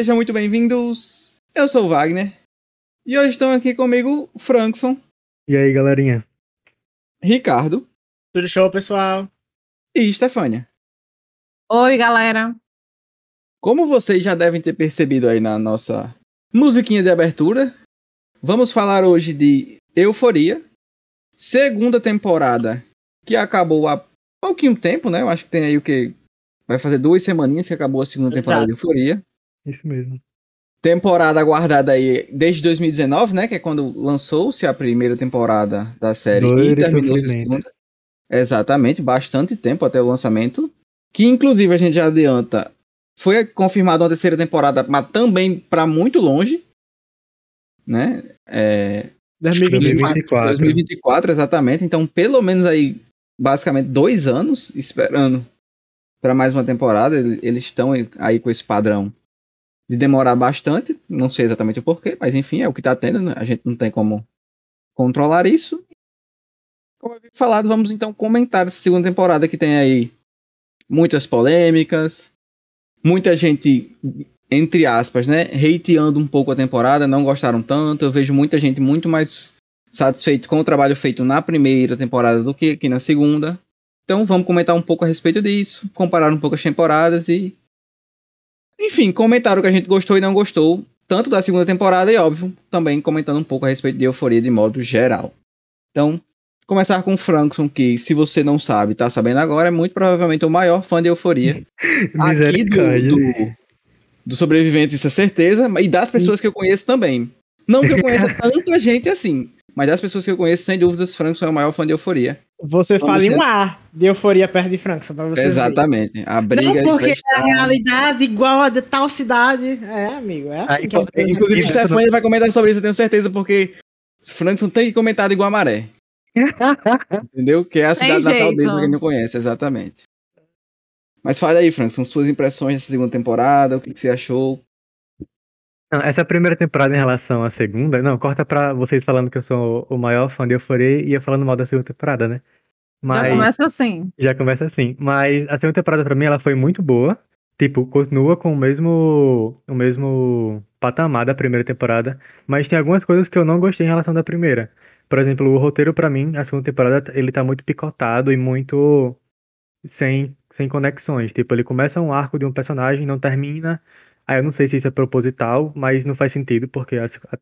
Sejam muito bem-vindos. Eu sou o Wagner. E hoje estão aqui comigo o Frankson. E aí, galerinha? Ricardo. Tudo show, pessoal? E Stefânia. Oi, galera. Como vocês já devem ter percebido aí na nossa musiquinha de abertura, vamos falar hoje de Euforia, segunda temporada, que acabou há pouquinho tempo, né? Eu acho que tem aí o que vai fazer 2 semaninhas que acabou a segunda temporada de Euforia. Isso mesmo. Temporada aguardada aí desde 2019, né? Que é quando lançou-se a primeira temporada da série e terminou-se a segunda. Exatamente, bastante tempo até o lançamento. Que inclusive a gente já adianta, foi confirmada uma terceira temporada, mas também para muito longe, né? 2024, exatamente. Então, pelo menos aí, basicamente 2 anos esperando para mais uma temporada. Eles estão aí com esse padrão de demorar bastante, não sei exatamente o porquê, mas enfim, é o que tá tendo, né? A gente não tem como controlar isso. Como eu havia falado, vamos então comentar essa segunda temporada, que tem aí muitas polêmicas, muita gente, entre aspas, né, hateando um pouco a temporada, não gostaram tanto. Eu vejo muita gente muito mais satisfeito com o trabalho feito na primeira temporada do que aqui na segunda. Então vamos comentar um pouco a respeito disso, comparar um pouco as temporadas e, enfim, comentar o que a gente gostou e não gostou, tanto da segunda temporada e, óbvio, também comentando um pouco a respeito de Euforia de modo geral. Então, começar com o Frankson, que, se você não sabe, tá sabendo agora, é muito provavelmente o maior fã de Euforia. Aqui do Sobreviventes, isso é certeza, e das pessoas que eu conheço também. Não que eu conheça tanta gente assim, mas das pessoas que eu conheço, sem dúvidas, Frankson é o maior fã de Euforia. Você fala em um A de Euforia perto de Frankson, pra você Exatamente. ver. A briga não porque está... é a realidade igual a de tal cidade. É, amigo, é assim que é. Inclusive, Stefania vai comentar sobre isso, eu tenho certeza, porque Frankson tem comentado igual a Maré. Entendeu? Que é a cidade natal dele, pra quem não conhece, exatamente. Mas fala aí, Frank, são suas impressões dessa segunda temporada, o que você achou? Não, essa primeira temporada em relação à segunda, não, corta pra vocês falando que eu sou o maior fã de Euforia e ia falando mal da segunda temporada, né? Já começa assim. Já começa assim. Mas a segunda temporada pra mim, ela foi muito boa. Tipo, continua com o mesmo patamar da primeira temporada, mas tem algumas coisas que eu não gostei em relação da primeira. Por exemplo, o roteiro pra mim, a segunda temporada, ele tá muito picotado e muito sem conexões. Tipo, ele começa um arco de um personagem, não termina. Aí eu não sei se isso é proposital, mas não faz sentido, porque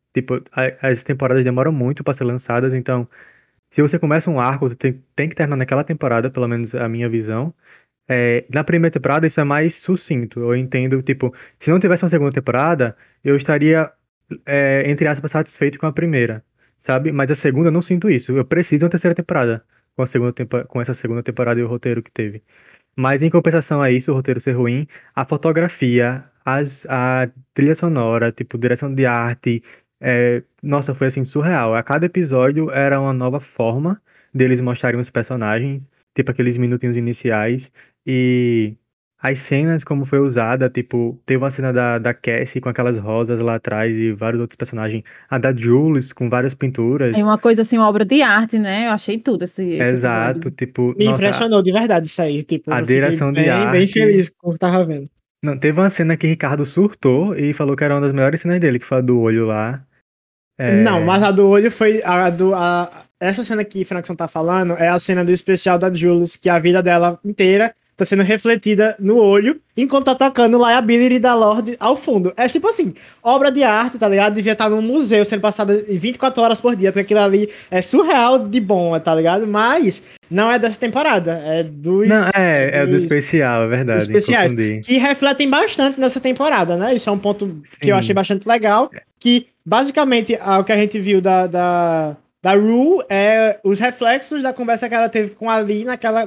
as temporadas demoram muito pra ser lançadas, então se você começa um arco, você tem que terminar naquela temporada, pelo menos a minha visão. Na primeira temporada isso é mais sucinto. Eu entendo, tipo, se não tivesse uma segunda temporada, eu estaria, entre aspas, satisfeito com a primeira, sabe? Mas a segunda eu não sinto isso. Eu preciso de uma terceira temporada com essa segunda temporada e o roteiro que teve. Mas em compensação a isso, o roteiro ser ruim, a fotografia, a trilha sonora, tipo, direção de arte, nossa, foi assim, surreal. A cada episódio era uma nova forma deles mostrarem os personagens, tipo aqueles minutinhos iniciais, e as cenas como foi usada, tipo, teve uma cena da Cassie com aquelas rosas lá atrás e vários outros personagens, a da Jules com várias pinturas. É uma coisa assim, uma obra de arte, né? Eu achei tudo esse Exato, episódio. tipo, Me impressionou de verdade isso aí, tipo, a eu fiquei direção de arte, bem feliz com o que tava vendo. Não, teve uma cena que Ricardo surtou e falou que era uma das melhores cenas dele, que foi a do olho lá. Não, mas a do olho foi essa cena que o Frankson tá falando é a cena do especial da Jules, que a vida dela inteira tá sendo refletida no olho, enquanto tá tocando Liability da Lorde ao fundo. É tipo assim, obra de arte, tá ligado? Devia estar num museu sendo passada 24 horas por dia, porque aquilo ali é surreal de bom, tá ligado? Mas não é dessa temporada, é dos... Não, é do especial, é verdade. Especiais, que refletem bastante nessa temporada, né? Isso é um ponto que eu achei bastante legal, que basicamente o que a gente viu da Rue é os reflexos da conversa que ela teve com a Lee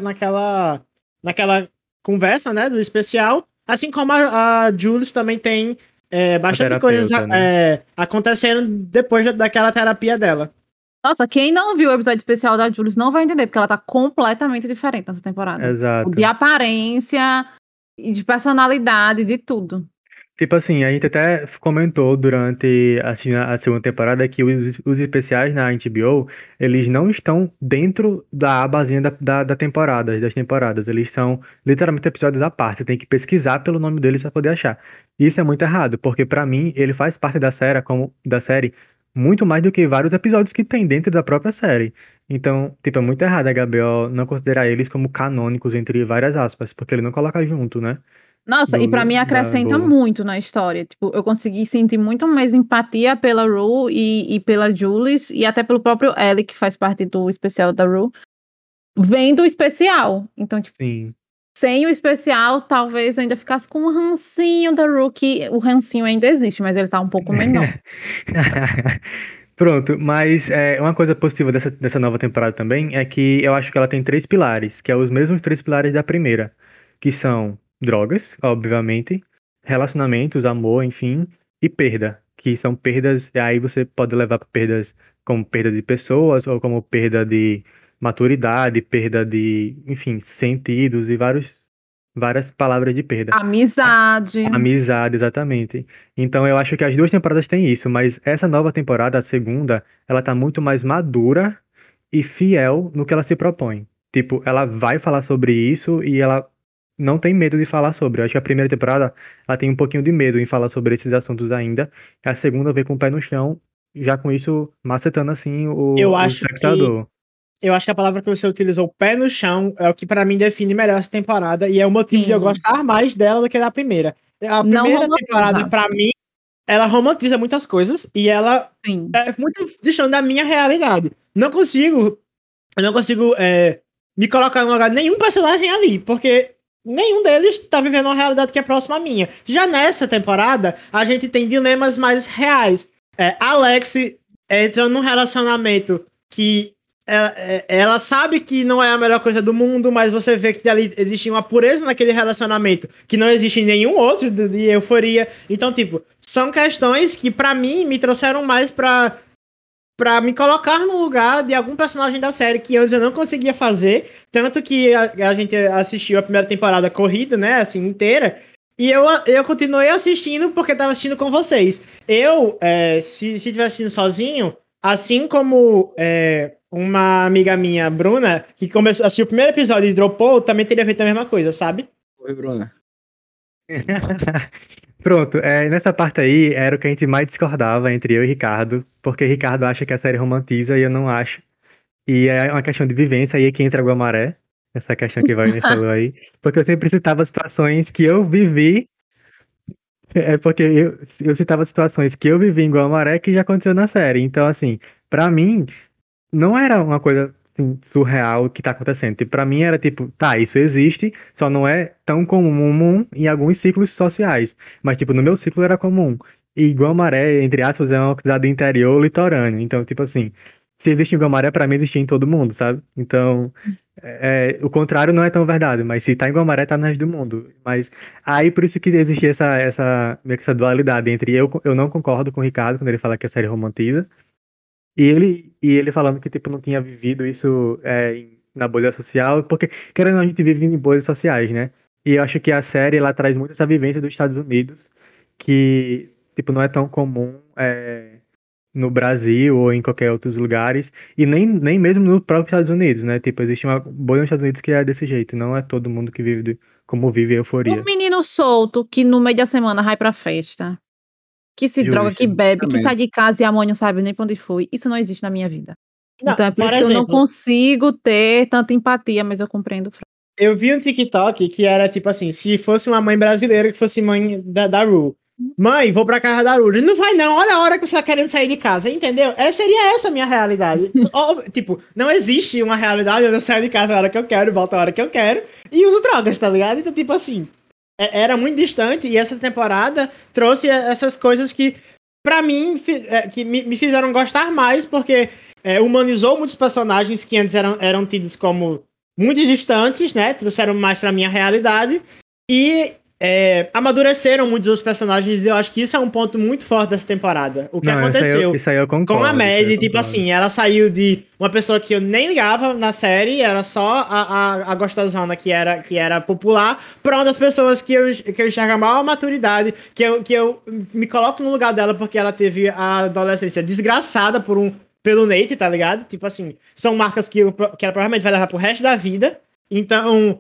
naquela conversa, né, do especial, assim como a Jules também tem bastante coisas acontecendo depois daquela terapia dela. Nossa, quem não viu o episódio especial da Jules não vai entender, porque ela tá completamente diferente nessa temporada. Exato. De aparência, e de personalidade, de tudo. Tipo assim, a gente até comentou durante assim, a segunda temporada que os especiais na HBO, eles não estão dentro da abazinha da temporada, das temporadas. Eles são literalmente episódios à parte. Você tem que pesquisar pelo nome deles para poder achar. E isso é muito errado, porque pra mim ele faz parte da série muito mais do que vários episódios que tem dentro da própria série. Então, tipo, é muito errado a HBO não considerar eles como canônicos entre várias aspas, porque ele não coloca junto, né? Nossa, e pra mim Da acrescenta boa. muito na história. Tipo, eu consegui sentir muito mais empatia pela Rue e pela Jules, e até pelo próprio Ellie, que faz parte do especial da Rue, vendo o especial. Então, tipo, Sim. sem o especial, talvez ainda ficasse com um rancinho da Rue, que o rancinho ainda existe, mas ele tá um pouco menor. Pronto, mas uma coisa positiva dessa nova temporada também é que eu acho que ela tem três pilares, que é os mesmos três pilares da primeira, que são drogas, obviamente, relacionamentos, amor, enfim, e perda, que são perdas, e aí você pode levar para perdas como perda de pessoas ou como perda de maturidade, perda de, enfim, sentidos e várias palavras de perda. Amizade. Amizade, exatamente. Então eu acho que as duas temporadas têm isso, mas essa nova temporada, a segunda, ela tá muito mais madura e fiel no que ela se propõe. Tipo, ela vai falar sobre isso e ela não tem medo de falar sobre. Eu acho que a primeira temporada, ela tem um pouquinho de medo em falar sobre esses assuntos ainda. A segunda vem com o pé no chão, já com isso macetando assim Eu o acho que espectador. Eu acho que a palavra que você utilizou, pé no chão, é o que pra mim define melhor essa temporada e é o motivo de eu Sim. gostar mais dela do que da primeira. A Não primeira temporada, romantiza. pra mim, ela romantiza muitas coisas e ela Sim. é muito distante da minha realidade. Eu não consigo me colocar no lugar de nenhum personagem ali, porque nenhum deles tá vivendo uma realidade que é próxima à minha. Já nessa temporada, a gente tem dilemas mais reais. Alex entra num relacionamento que ela sabe que não é a melhor coisa do mundo, mas você vê que ali existe uma pureza naquele relacionamento que não existe em nenhum outro de euforia. Então, tipo, são questões que pra mim me trouxeram mais pra me colocar no lugar de algum personagem da série que antes eu não conseguia fazer. Tanto que a gente assistiu a primeira temporada corrida, né, assim, inteira. E eu continuei assistindo porque tava assistindo com vocês. Se tivesse assistindo sozinho, assim como uma amiga minha, Bruna, que começou a assistir o primeiro episódio e dropou, também teria feito a mesma coisa, sabe? Oi, Bruna. Pronto, nessa parte aí era o que a gente mais discordava entre eu e Ricardo, porque Ricardo acha que a série romantiza e eu não acho. E é uma questão de vivência aí que entra a Guamaré, essa questão que vai falou aí, porque eu sempre citava situações que eu vivi, porque eu citava situações que eu vivi em Guamaré que já aconteceu na série. Então, assim, pra mim, não era uma coisa assim, surreal que tá acontecendo. Tipo, pra mim era tipo, tá, isso existe, só não é tão comum em alguns ciclos sociais. Mas, tipo, no meu ciclo era comum. E Guamaré, entre aspas, é uma cidade do interior litorâneo. Então, tipo assim, se existe em Guamaré, pra mim existia em todo mundo, sabe? Então, o contrário não é tão verdade, mas se tá em Guamaré, tá no resto do mundo. Mas aí por isso que existe meio que essa dualidade entre eu não concordo com o Ricardo quando ele fala que a série romantiza, e ele falando que, tipo, não tinha vivido isso na bolha social, porque, querendo ou não, a gente vive em bolhas sociais, né? E eu acho que a série, ela traz muito essa vivência dos Estados Unidos, que, tipo, não é tão comum no Brasil ou em qualquer outros lugares, e nem mesmo no próprio Estados Unidos, né? Tipo, existe uma bolha nos Estados Unidos que é desse jeito, não é todo mundo que vive como vive a Um euforia. menino solto que no meio da semana vai pra festa, que se droga, que Justo. bebe, que sai Exatamente. de casa e a mãe não sabe nem pra onde foi. Isso não existe na minha vida. Não, Então é por por isso que eu não exemplo, consigo ter tanta empatia, mas eu compreendo. eu vi um TikTok que era tipo assim, se fosse uma mãe brasileira que fosse mãe da Ru. Mãe, vou pra casa da Ru. Ele, não vai não, olha a hora que você tá querendo sair de casa, entendeu? Seria essa a minha realidade. Tipo, não existe uma realidade onde eu saio de casa a hora que eu quero, volto a hora que eu quero e uso drogas, tá ligado? Então, tipo assim, era muito distante e essa temporada trouxe essas coisas que, pra mim, que me fizeram gostar mais, porque humanizou muitos personagens que antes eram tidos como muito distantes, né? Trouxeram mais pra minha realidade. E amadureceram muitos dos personagens e eu acho que isso é um ponto muito forte dessa temporada. O que Não, aconteceu isso aí eu concordo, com a isso aí Maddie, eu tipo concordo. assim, ela saiu de uma pessoa que eu nem ligava na série, era só a gostosona que era popular, pra uma das pessoas que eu enxergo a maior maturidade, que eu me coloco no lugar dela porque ela teve a adolescência desgraçada pelo Nate, tá ligado? Tipo assim, são marcas que ela provavelmente vai levar pro resto da vida. Então,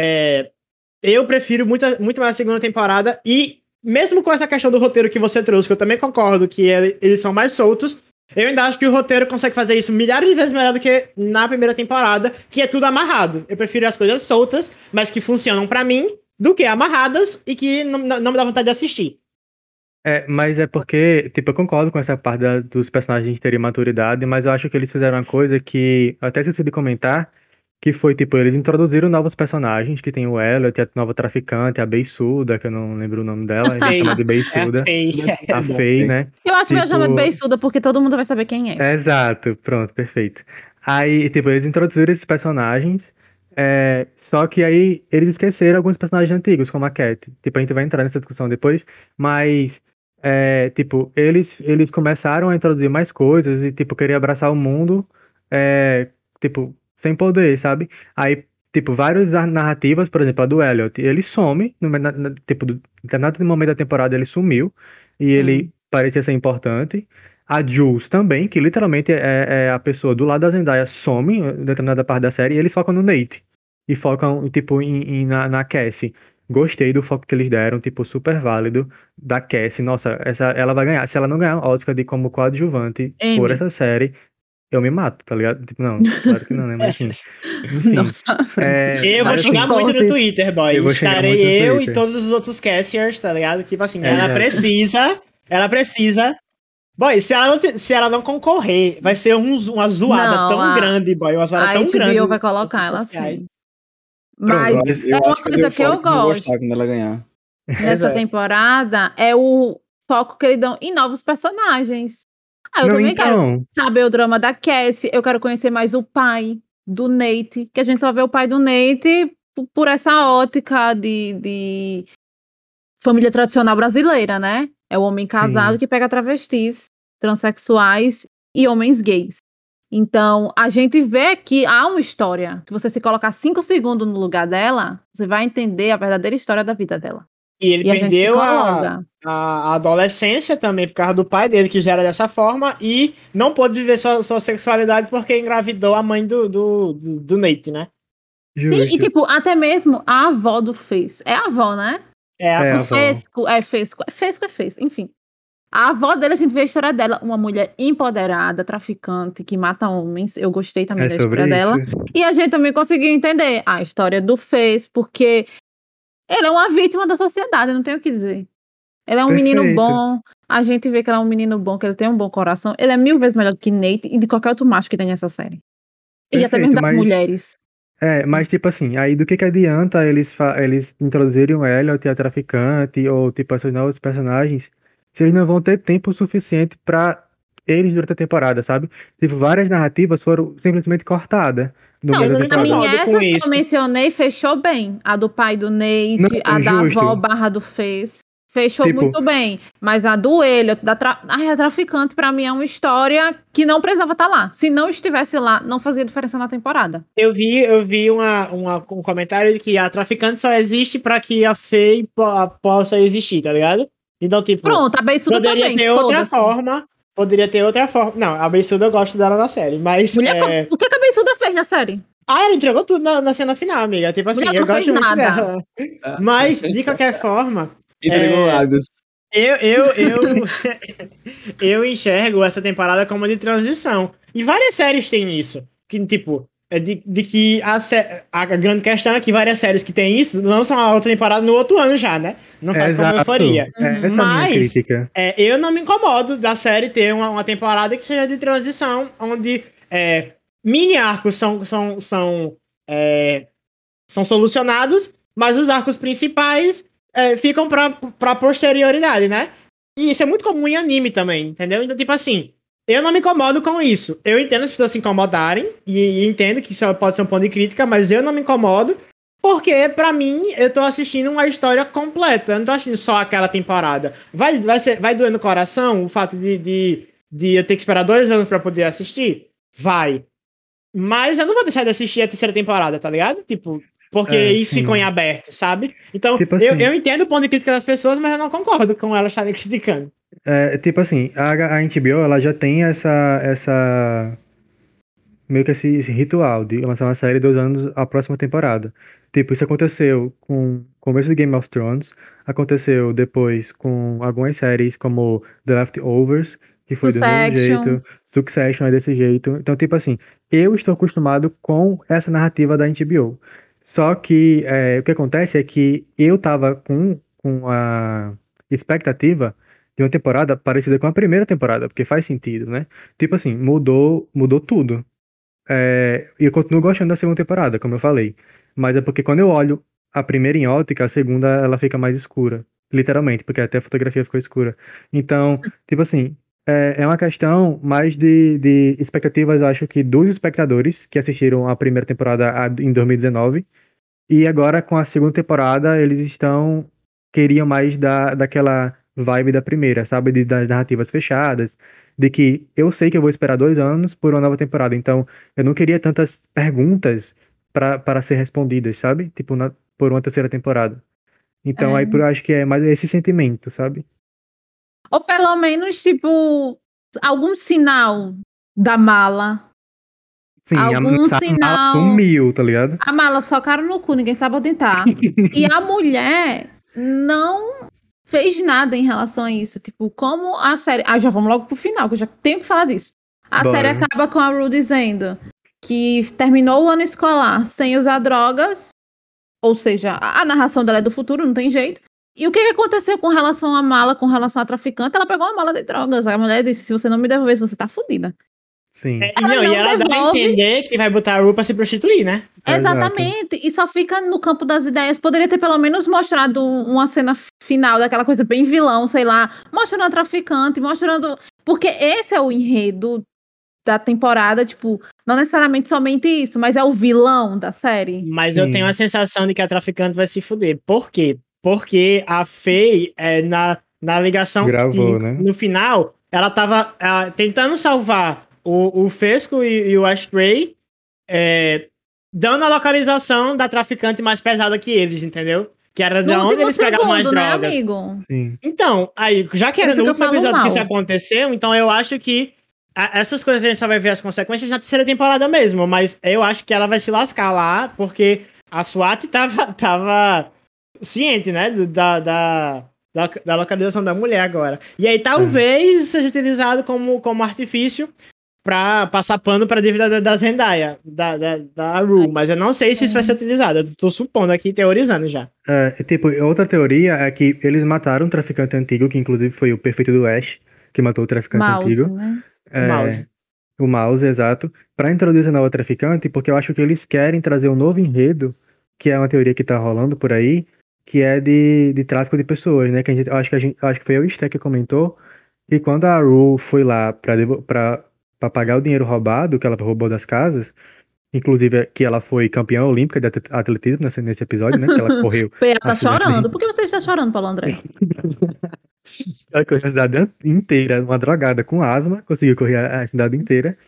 eu prefiro muito mais a segunda temporada. E mesmo com essa questão do roteiro que você trouxe, que eu também concordo que eles são mais soltos, eu ainda acho que o roteiro consegue fazer isso milhares de vezes melhor do que na primeira temporada, que é tudo amarrado. Eu prefiro as coisas soltas, mas que funcionam pra mim, do que amarradas e que não me dá vontade de assistir. Mas é porque, tipo, eu concordo com essa parte dos personagens terem maturidade, mas eu acho que eles fizeram uma coisa que eu até esqueci de comentar, que foi, tipo, eles introduziram novos personagens, que tem o Elliot, a nova traficante, a Beiçuda, que eu não lembro o nome dela, a gente chama de Beiçuda, a Faye, né? Eu acho melhor chamar de Tipo, beiçuda, porque todo mundo vai saber quem é. exato, pronto, perfeito. Aí, tipo, eles introduziram esses personagens, só que aí eles esqueceram alguns personagens antigos, como a Cat. Tipo, a gente vai entrar nessa discussão depois, mas, tipo, eles começaram a introduzir mais coisas e, tipo, querer abraçar o mundo, tipo, sem poder, sabe? Aí, tipo, várias narrativas, por exemplo, a do Elliot, ele some, tipo, em determinado momento da temporada ele sumiu, e ele parecia ser importante. A Jules também, que literalmente é a pessoa do lado da Zendaya, some em determinada parte da série, e eles focam no Nate. E focam, tipo, na Cassie. Gostei do foco que eles deram, tipo, super válido da Cassie. Nossa, ela vai ganhar. Se ela não ganhar o Oscar de como coadjuvante por Amy. essa série, eu me mato, tá ligado? Tipo, não, claro que não, né? Mas enfim. Nossa, Francis. Eu vou mas, xingar assim, muito no fortes. Twitter, boy. Eu vou xingar Estarei muito no eu Twitter. e todos os outros casters, tá ligado? Tipo assim, Exato. ela precisa. Boy, se ela não concorrer, vai ser uma zoada Não, tão grande, boy. Uma zoada A tão grande. HBO vai nas colocar redes ela sociais. assim. Mas Eu é uma acho que eu coisa dei que eu fora de não gosto gostar quando ela ganhar. nessa temporada é o foco que eles dão em novos personagens. Eu Não, também então. quero saber o drama da Cassie, eu quero conhecer mais o pai do Nate, que a gente só vê o pai do Nate por essa ótica de família tradicional brasileira, né? É o homem casado Sim. que pega travestis, transexuais e homens gays. Então, a gente vê que há uma história. Se você se colocar 5 segundos no lugar dela, você vai entender a verdadeira história da vida dela. E ele E a gente se perdeu coloca. a adolescência também por causa do pai dele, que já era dessa forma, e não pôde viver sua sexualidade porque engravidou a mãe do Nate, né? Sim, e Justo. tipo, até mesmo a avó do Fez. É a avó, né? É a É, avó. avó. Fesco, é Fez, enfim. A avó dele, a gente vê a história dela, uma mulher empoderada, traficante, que mata homens. Eu gostei também É da história sobre dela. isso. E a gente também conseguiu entender a história do Fez, porque ele é uma vítima da sociedade, não tenho o que dizer. Ele é um menino Perfeito. bom, a gente vê que ele é um menino bom, que ele tem um bom coração. Ele é 1000 vezes melhor do que Nate e de qualquer outro macho que tem nessa série. E até mesmo Perfeito, das mulheres. mas tipo assim, aí do que adianta eles introduzirem o Elliot e a traficante, ou tipo esses novos personagens, se eles não vão ter tempo suficiente pra eles durante a temporada, sabe? Tipo, várias narrativas foram simplesmente cortadas no Não, meio da eu não pra mim temporada. concordo com essas que isso. eu mencionei fechou bem. A do pai do Nate, Não, a da justo. avó barra do Fez. Fechou Tipo, muito bem. Mas a do Elliot, a traficante, pra mim é uma história que não precisava estar lá. Se não estivesse lá, não fazia diferença na temporada. Eu vi um comentário de que a traficante só existe pra que a Faye possa existir, tá ligado? Então, tipo, Pronto, a Beiçuda poderia também, ter outra foda-se. forma. Poderia ter outra forma. Não, a Beiçuda eu gosto dela na série, mas. Mulher, o que a Beiçuda fez na série? Ela entregou tudo na cena final, amiga. Tipo assim, Mulher, eu não fez gosto muito nada. dela. Mas, de qualquer forma, Entregou lábios. eu enxergo essa temporada como de transição. E várias séries têm isso. Que, tipo, de que a grande questão é que várias séries que têm isso lançam a outra temporada no outro ano já, né? Não faz como exato. euforia. Essa é a minha Mas crítica. eu não me incomodo da série ter uma temporada que seja de transição, onde mini arcos são solucionados, mas os arcos principais ficam pra posterioridade, né? E isso é muito comum em anime também, entendeu? Então, tipo assim, eu não me incomodo com isso. Eu entendo as pessoas se incomodarem, e entendo que isso pode ser um ponto de crítica, mas eu não me incomodo. Porque, pra mim, eu tô assistindo uma história completa. Eu não tô assistindo só aquela temporada. Vai doer no coração o fato de eu ter que esperar 2 anos pra poder assistir? Vai. Mas eu não vou deixar de assistir a terceira temporada, tá ligado? Tipo, porque isso sim. ficou em aberto, sabe? Então, Tipo assim, eu entendo o ponto de crítica das pessoas, mas eu não concordo com elas estarem criticando. tipo assim, a HBO, ela já tem essa meio que esse ritual de lançar uma série 2 anos a próxima temporada. Tipo, isso aconteceu com o começo de Game of Thrones, aconteceu depois com algumas séries como The Leftovers, que foi do mesmo Succession. jeito, Succession é desse jeito. Então, tipo assim, eu estou acostumado com essa narrativa da HBO. Só que o que acontece é que eu tava com a expectativa de uma temporada parecida com a primeira temporada, porque faz sentido, né? Tipo assim, mudou tudo. E eu continuo gostando da segunda temporada, como eu falei. Mas é porque quando eu olho a primeira em ótica, a segunda ela fica mais escura. Literalmente, porque até a fotografia ficou escura. Então, tipo assim, é uma questão mais de expectativas, acho que dos espectadores que assistiram a primeira temporada em 2019. E agora com a segunda temporada, eles queriam mais daquela vibe da primeira, sabe? Das narrativas fechadas, de que eu sei que eu vou esperar 2 anos por uma nova temporada, então eu não queria tantas perguntas para ser respondidas, sabe? Tipo, por uma terceira temporada. Então aí É. eu acho que é mais esse sentimento, sabe? Ou pelo menos, tipo, algum sinal da mala. Sim, Algum a mala sinal. sumiu, tá ligado? A mala só cara no cu, ninguém sabe onde tá. E a mulher não fez nada em relação a isso. Tipo, como a série. Ah, já vamos logo pro final, que eu já tenho que falar disso. A série Bora. acaba com a Rue dizendo que terminou o ano escolar sem usar drogas. Ou seja, a narração dela é do futuro, não tem jeito. E o que aconteceu com relação à mala, com relação à traficante? Ela pegou uma mala de drogas. A mulher disse: se você não me devolver, você tá fudida. Sim, E Ela não, e não ela dá a devolve. entender que vai botar a Ru pra se prostituir, né? exato. Exatamente, e só fica no campo das ideias. Poderia ter pelo menos mostrado uma cena final daquela coisa bem vilão, sei lá, mostrando a traficante, mostrando. Porque esse é o enredo da temporada, tipo, não necessariamente somente isso, mas é o vilão da série. Mas eu tenho a Sim. sensação de que a traficante vai se fuder. Por quê? Porque a Faye, na ligação que Gravou, né? no final, ela tava tentando salvar o Fesco e o Ashtray, dando a localização da traficante mais pesada que eles, entendeu? Que era de No onde último eles pegavam as segundo, né, drogas. amigo? Sim. Então, aí, já que Por era isso no que eu último falo episódio que isso mal. aconteceu, então eu acho que essas coisas a gente só vai ver as consequências na terceira temporada mesmo, mas eu acho que ela vai se lascar lá, porque a SWAT tava ciente, né, da localização da mulher agora. E aí talvez seja utilizado como artifício pra passar pano pra dívida da Zendaya, da Rue, mas eu não sei se isso vai ser utilizado, eu tô supondo aqui, teorizando já. Tipo, outra teoria é que eles mataram um traficante antigo, que inclusive foi o Perfeito do Ash, que matou o traficante Mouse, antigo. né? O É, mouse. o Mouse, exato. Pra introduzir a nova traficante, porque eu acho que eles querem trazer um novo enredo, que é uma teoria que tá rolando por aí, que é de tráfico de pessoas, né? Que acho que foi o Sté que comentou, que quando a Rue foi lá pra pagar o dinheiro roubado, que ela roubou das casas, inclusive que ela foi campeã olímpica de atletismo nesse episódio, né? Que ela correu PA a tá cidade. chorando. Por que você está chorando, Paulo André? Ela correu a cidade inteira, uma drogada com asma, conseguiu correr a cidade inteira.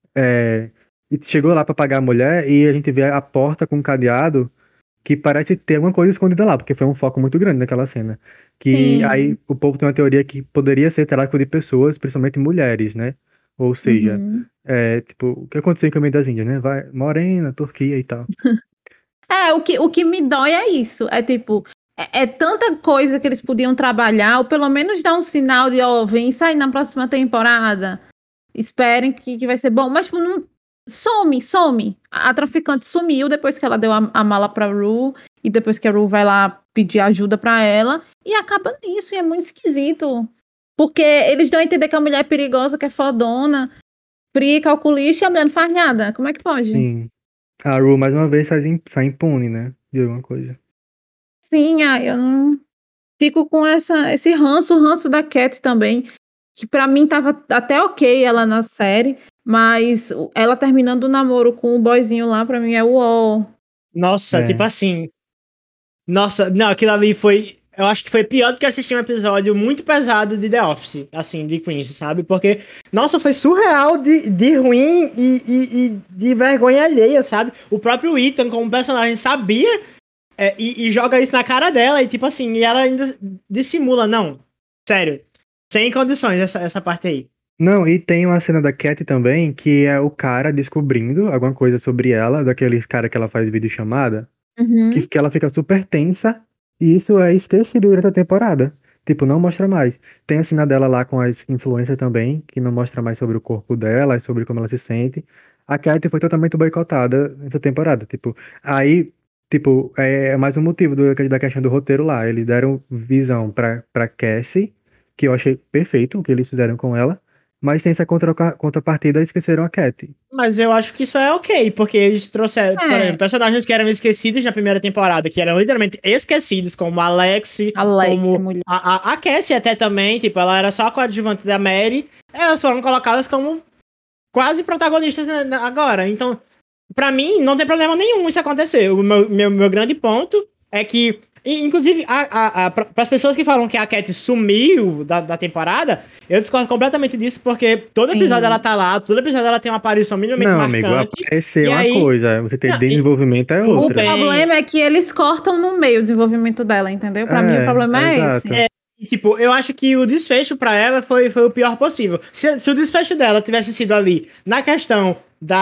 E chegou lá pra pagar a mulher e a gente vê a porta com um cadeado que parece ter alguma coisa escondida lá, porque foi um foco muito grande naquela cena. Que aí Sim. o povo tem uma teoria que poderia ser tráfico de pessoas, principalmente mulheres, né? Ou seja, Uhum. tipo, o que aconteceu em Caminho das Índias, né? Vai, Morena, Turquia e tal. O que me dói é isso. É tipo, é tanta coisa que eles podiam trabalhar, ou pelo menos dar um sinal de, ó, vem sair na próxima temporada. Esperem que vai ser bom. Mas, tipo, não. Some. A traficante sumiu depois que ela deu a mala pra Rue, e depois que a Rue vai lá pedir ajuda pra ela, e acaba nisso, e é muito esquisito. Porque eles dão a entender que a mulher é perigosa, que é fodona, fria, calculista, e a mulher não faz nada. Como é que pode? Sim. A Ru, mais uma vez, sai impune, né? De alguma coisa. Sim, eu não fico com esse ranço, o ranço da Cat também, que pra mim tava até ok ela na série, mas ela terminando o namoro com o boyzinho lá, pra mim é uó. Nossa, tipo assim. Nossa, não, aquilo ali foi. Eu acho que foi pior do que assistir um episódio muito pesado de The Office, assim, de Queens, sabe? Porque, nossa, foi surreal de ruim e de vergonha alheia, sabe? O próprio Ethan, como personagem, sabia e joga isso na cara dela e, tipo assim, e ela ainda dissimula. Não, sério, sem condições essa parte aí. Não, e tem uma cena da Cat também, que é o cara descobrindo alguma coisa sobre ela, daquele cara que ela faz videochamada, Uhum. que ela fica super tensa, e isso é esquecido durante a temporada. Tipo, não mostra mais. Tem a cena dela lá com as influencers também, que não mostra mais sobre o corpo dela, sobre como ela se sente. A Cat foi totalmente boicotada nessa temporada. Tipo, aí, tipo, é mais um motivo da questão do roteiro lá. Eles deram visão pra Cassie, que eu achei perfeito o que eles fizeram com ela, mas tem essa contrapartida e esqueceram a Cat. Mas eu acho que isso é ok, porque eles trouxeram, por É. exemplo, personagens que eram esquecidos na primeira temporada, que eram literalmente esquecidos, como a Alex, Alex, como mulher. a Cassie até também, tipo, ela era só a coadjuvante da Mary, elas foram colocadas como quase protagonistas agora. Então, pra mim, não tem problema nenhum isso acontecer. O meu grande ponto é que, inclusive, para as pessoas que falam que a Cat sumiu da temporada, eu discordo completamente disso, porque todo episódio Sim. ela tá lá, todo episódio ela tem uma aparição minimamente Não, amigo, marcante. aparecer E é uma aí- coisa, você ter Não, desenvolvimento é tudo O outra. bem. problema é que eles cortam no meio o desenvolvimento dela, entendeu? Pra mim, o problema é exato. esse. E, tipo, eu acho que o desfecho pra ela foi o pior possível. Se o desfecho dela tivesse sido ali na questão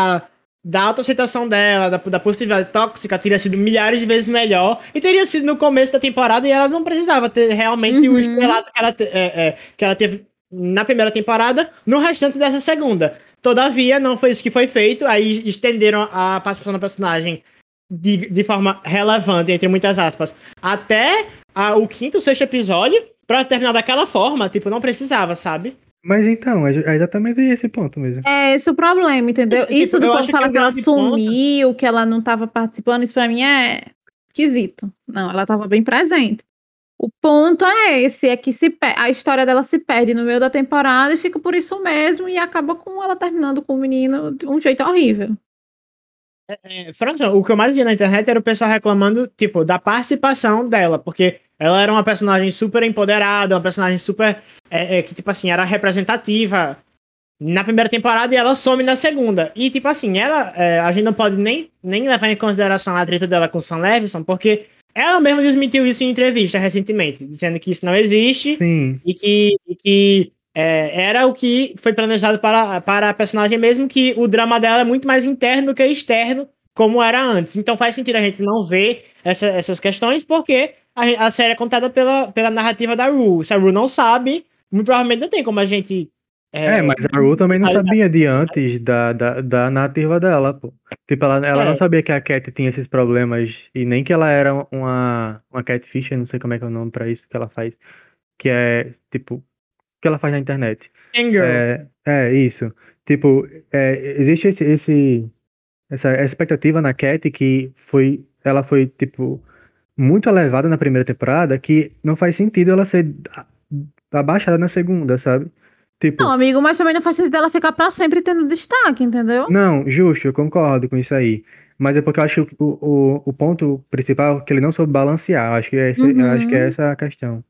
da autoaceitação dela, da positividade tóxica, teria sido milhares de vezes melhor. E teria sido no começo da temporada e ela não precisava ter realmente o estrelato que ela teve na primeira temporada no restante dessa segunda. Todavia, não foi isso que foi feito. Aí estenderam a participação da personagem de forma relevante, entre muitas aspas, até o quinto ou sexto episódio, pra terminar daquela forma, tipo, não precisava, sabe? Mas então, é exatamente esse ponto mesmo. É esse o problema, entendeu? Tipo, Isso do eu povo acho falar que o que ela grande ponto- sumiu, que ela não tava participando, isso pra mim é esquisito. Não, ela tava bem presente. O ponto é esse, é que a história dela se perde no meio da temporada e fica por isso mesmo e acaba com ela terminando com o menino de um jeito horrível. França, o que eu mais vi na internet era o pessoal reclamando, tipo, da participação dela, porque ela era uma personagem super empoderada, uma personagem super, que, tipo assim, era representativa na primeira temporada e ela some na segunda. E, tipo assim, a gente não pode nem levar em consideração a treta dela com o Sam Levinson, porque ela mesma desmentiu isso em entrevista recentemente, dizendo que isso não existe. Sim. E que era o que foi planejado para a personagem, mesmo que o drama dela é muito mais interno do que externo, como era antes. Então faz sentido a gente não ver essas questões, porque a série é contada pela narrativa da Rue. Se a Rue não sabe, muito provavelmente não tem como a gente... Mas a Ru também não analisar. sabia de antes da narrativa dela, pô. Tipo, ela não sabia que a Cat tinha esses problemas, e nem que ela era uma catfish, eu não sei como é que é o nome pra isso que ela faz, que é, tipo, o que ela faz na internet. Fangirl. Isso. Tipo, existe essa expectativa na Cat que ela foi, tipo, muito elevada na primeira temporada, que não faz sentido ela ser abaixada na segunda, sabe? Tipo, Não, amigo, mas também não faz sentido dela ficar pra sempre tendo destaque, entendeu? não, justo, eu concordo com isso aí. Mas é porque eu acho que o ponto principal é que ele não soube balancear. Eu acho que é essa a questão.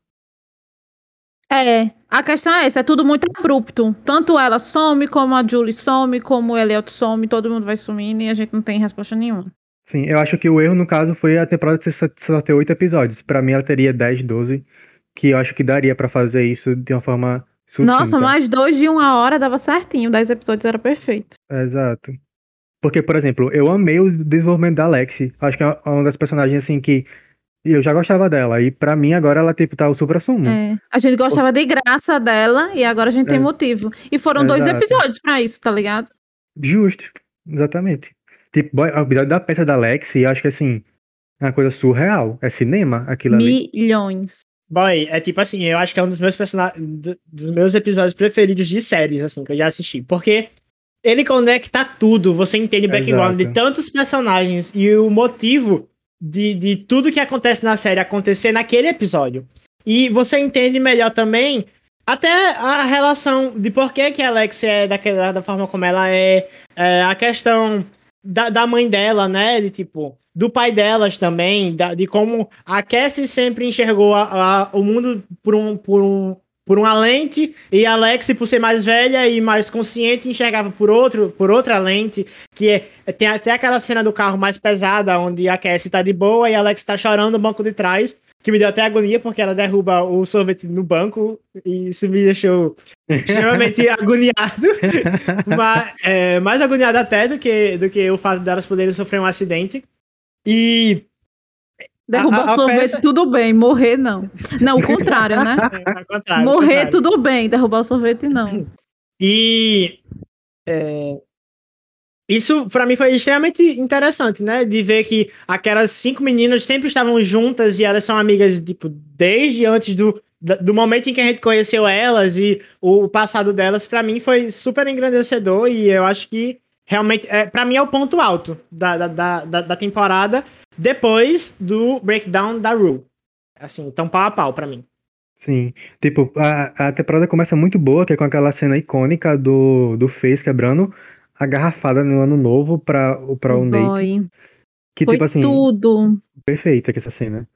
A questão é essa, é tudo muito abrupto. Tanto ela some, como a Julie some, como o Elliot some, todo mundo vai sumindo e a gente não tem resposta nenhuma. Sim, eu acho que o erro, no caso, foi a temporada só ter 8 episódios. Pra mim, ela teria 10, 12, que eu acho que daria pra fazer isso de uma forma sucinta. Nossa, mais 2 de 1 hora dava certinho, 10 episódios era perfeito. Exato. Porque, por exemplo, eu amei o desenvolvimento da Alex. Acho que é uma das personagens, assim, que eu já gostava dela. E pra mim, agora ela, tipo, tá o supra-sumo. A gente gostava de graça dela e agora a gente tem motivo. E foram 2 Exato. episódios pra isso, tá ligado? Justo, exatamente. Tipo, o episódio da peça da Alex, eu acho que, assim, é uma coisa surreal. É cinema, aquilo ali. Milhões. Boy, é tipo assim, eu acho que é um dos meus dos meus episódios preferidos de séries, assim, que eu já assisti. Porque ele conecta tudo, você entende o background Exato. de tantos personagens e o motivo de tudo que acontece na série acontecer naquele episódio. E você entende melhor também até a relação de por que a Alex é da forma como ela é, a questão da mãe dela, né? De tipo, do pai delas também, de como a Cassie sempre enxergou o mundo por uma lente, e a Alex, por ser mais velha e mais consciente, enxergava por outra lente, que tem até aquela cena do carro mais pesada, onde a Cassie tá de boa e a Alex tá chorando no banco de trás, que me deu até agonia, porque ela derruba o sorvete no banco, e isso me deixou extremamente agoniado, mais agoniado até do que o fato delas poderem sofrer um acidente. E derrubar o sorvete, tudo bem. Morrer, não. Não, o contrário, né? Ao contrário, Morrer, tudo bem. Derrubar o sorvete, não. E isso, pra mim, foi extremamente interessante, né? De ver que aquelas 5 meninas sempre estavam juntas e elas são amigas, tipo, desde antes do momento em que a gente conheceu elas, e o passado delas, pra mim, foi super engrandecedor, e eu acho que realmente, pra mim, é o ponto alto da temporada, depois do breakdown da Rue. Assim, tão pau a pau pra mim. Sim, tipo, a temporada começa muito boa, que é com aquela cena icônica do Face quebrando a garrafada no ano novo pra o Nate. Boy. Que, Foi tipo assim, tudo. perfeita que essa cena.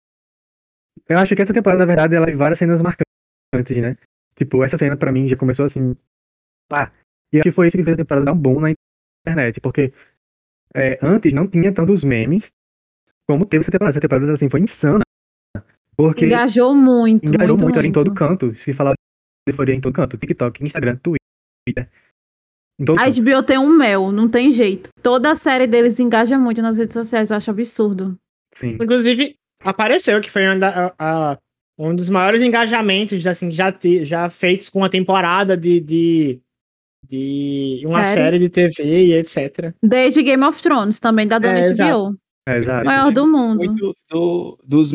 Eu acho que essa temporada, na verdade, ela tem várias cenas marcantes, né? Tipo, essa cena pra mim já começou assim. Pá. E acho que foi isso que fez a temporada dar um boom na internet, porque antes não tinha tantos memes como teve essa temporada. Essa temporada, assim, foi insana. Porque Engajou muito, engajou muito, era em todo muito. canto. Se falar de euforia em todo canto. TikTok, Instagram, Twitter. Em todo A canto. HBO tem um mel, não tem jeito. Toda a série deles engaja muito nas redes sociais, eu acho absurdo. Sim. Inclusive, apareceu que foi um dos maiores engajamentos, assim, já feitos com uma temporada de uma série de TV e etc. Desde Game of Thrones, também da dona HBO. Exato. Maior do mundo. Muito dos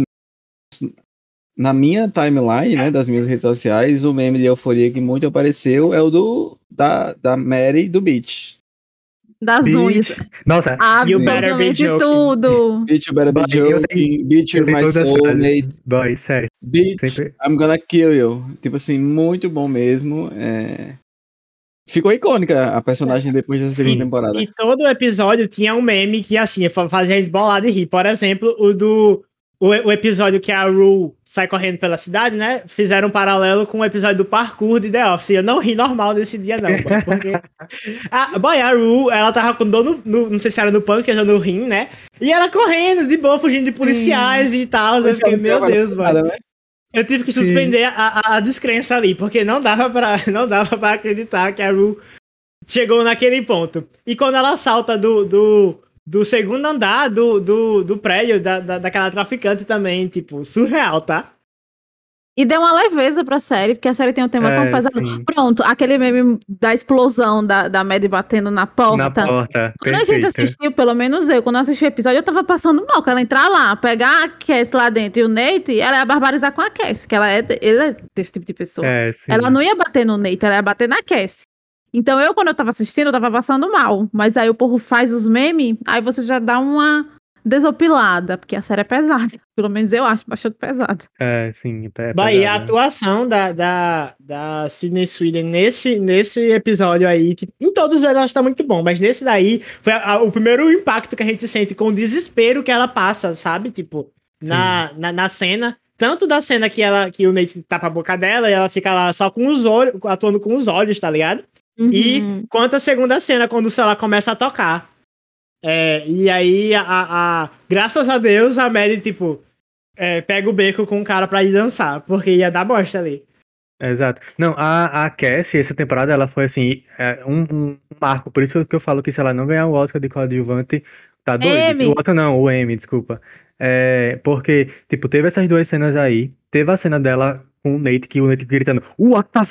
na minha timeline, né, das minhas redes sociais, o meme de euforia que muito apareceu é o da Mary do Beach. Das unhas. Nossa, absolutamente tudo. Beach, you better be joking. Beach, you're my soulmate. Boy, sério. Beach, Sempre. I'm gonna kill you. Tipo assim, muito bom mesmo. Ficou icônica a personagem depois dessa segunda temporada. E todo episódio tinha um meme que, assim, fazia a gente bolar de rir. Por exemplo, o episódio que a Rue sai correndo pela cidade, né? Fizeram um paralelo com o episódio do parkour de The Office. Eu não ri normal desse dia, não. Porque a Rue, ela tava com dor não sei se era no pâncreas ou no rim, né? E ela correndo de boa, fugindo de policiais e tal. Eu fiquei, meu Deus, mano. Né? Eu tive que suspender a descrença ali, porque não dava pra acreditar que a Rue chegou naquele ponto. E quando ela salta do segundo andar do prédio daquela traficante também, tipo, surreal, tá? E deu uma leveza pra série, porque a série tem um tema tão pesado. Sim. Pronto, aquele meme da explosão da Maddie batendo na porta. Quando a gente assistiu, pelo menos eu, quando eu assisti o episódio, eu tava passando mal, que ela entrar lá, pegar a Cassie lá dentro e o Nate, ela ia barbarizar com a Cassie, que ele é desse tipo de pessoa. Ela não ia bater no Nate, ela ia bater na Cassie. Então quando eu tava assistindo, eu tava passando mal. Mas aí o povo faz os memes, aí você já dá uma desopilada, porque a série é pesada. Pelo menos eu acho bastante pesada. Sim. E a atuação da Sydney Sweden nesse episódio aí, tipo, em todos eles tá muito bom, mas nesse daí foi o primeiro impacto que a gente sente com o desespero que ela passa, sabe? Tipo, na cena. Tanto da cena que o Nate tapa a boca dela e ela fica lá só com os olhos, atuando com os olhos, tá ligado? Uhum. E quanto a segunda cena, quando o celular começa a tocar. E aí, graças a Deus, a Maddie, tipo, pega o beco com o cara pra ir dançar, porque ia dar bosta ali. Exato. Não, a Cassie, essa temporada, ela foi, assim, um marco. Por isso que eu falo que se ela não ganhar o Oscar de coadjuvante, tá doido. O Oscar não, o Emmy, desculpa. Porque, tipo, teve essas duas cenas aí. Teve a cena dela com o Nate, que o Nate gritando what the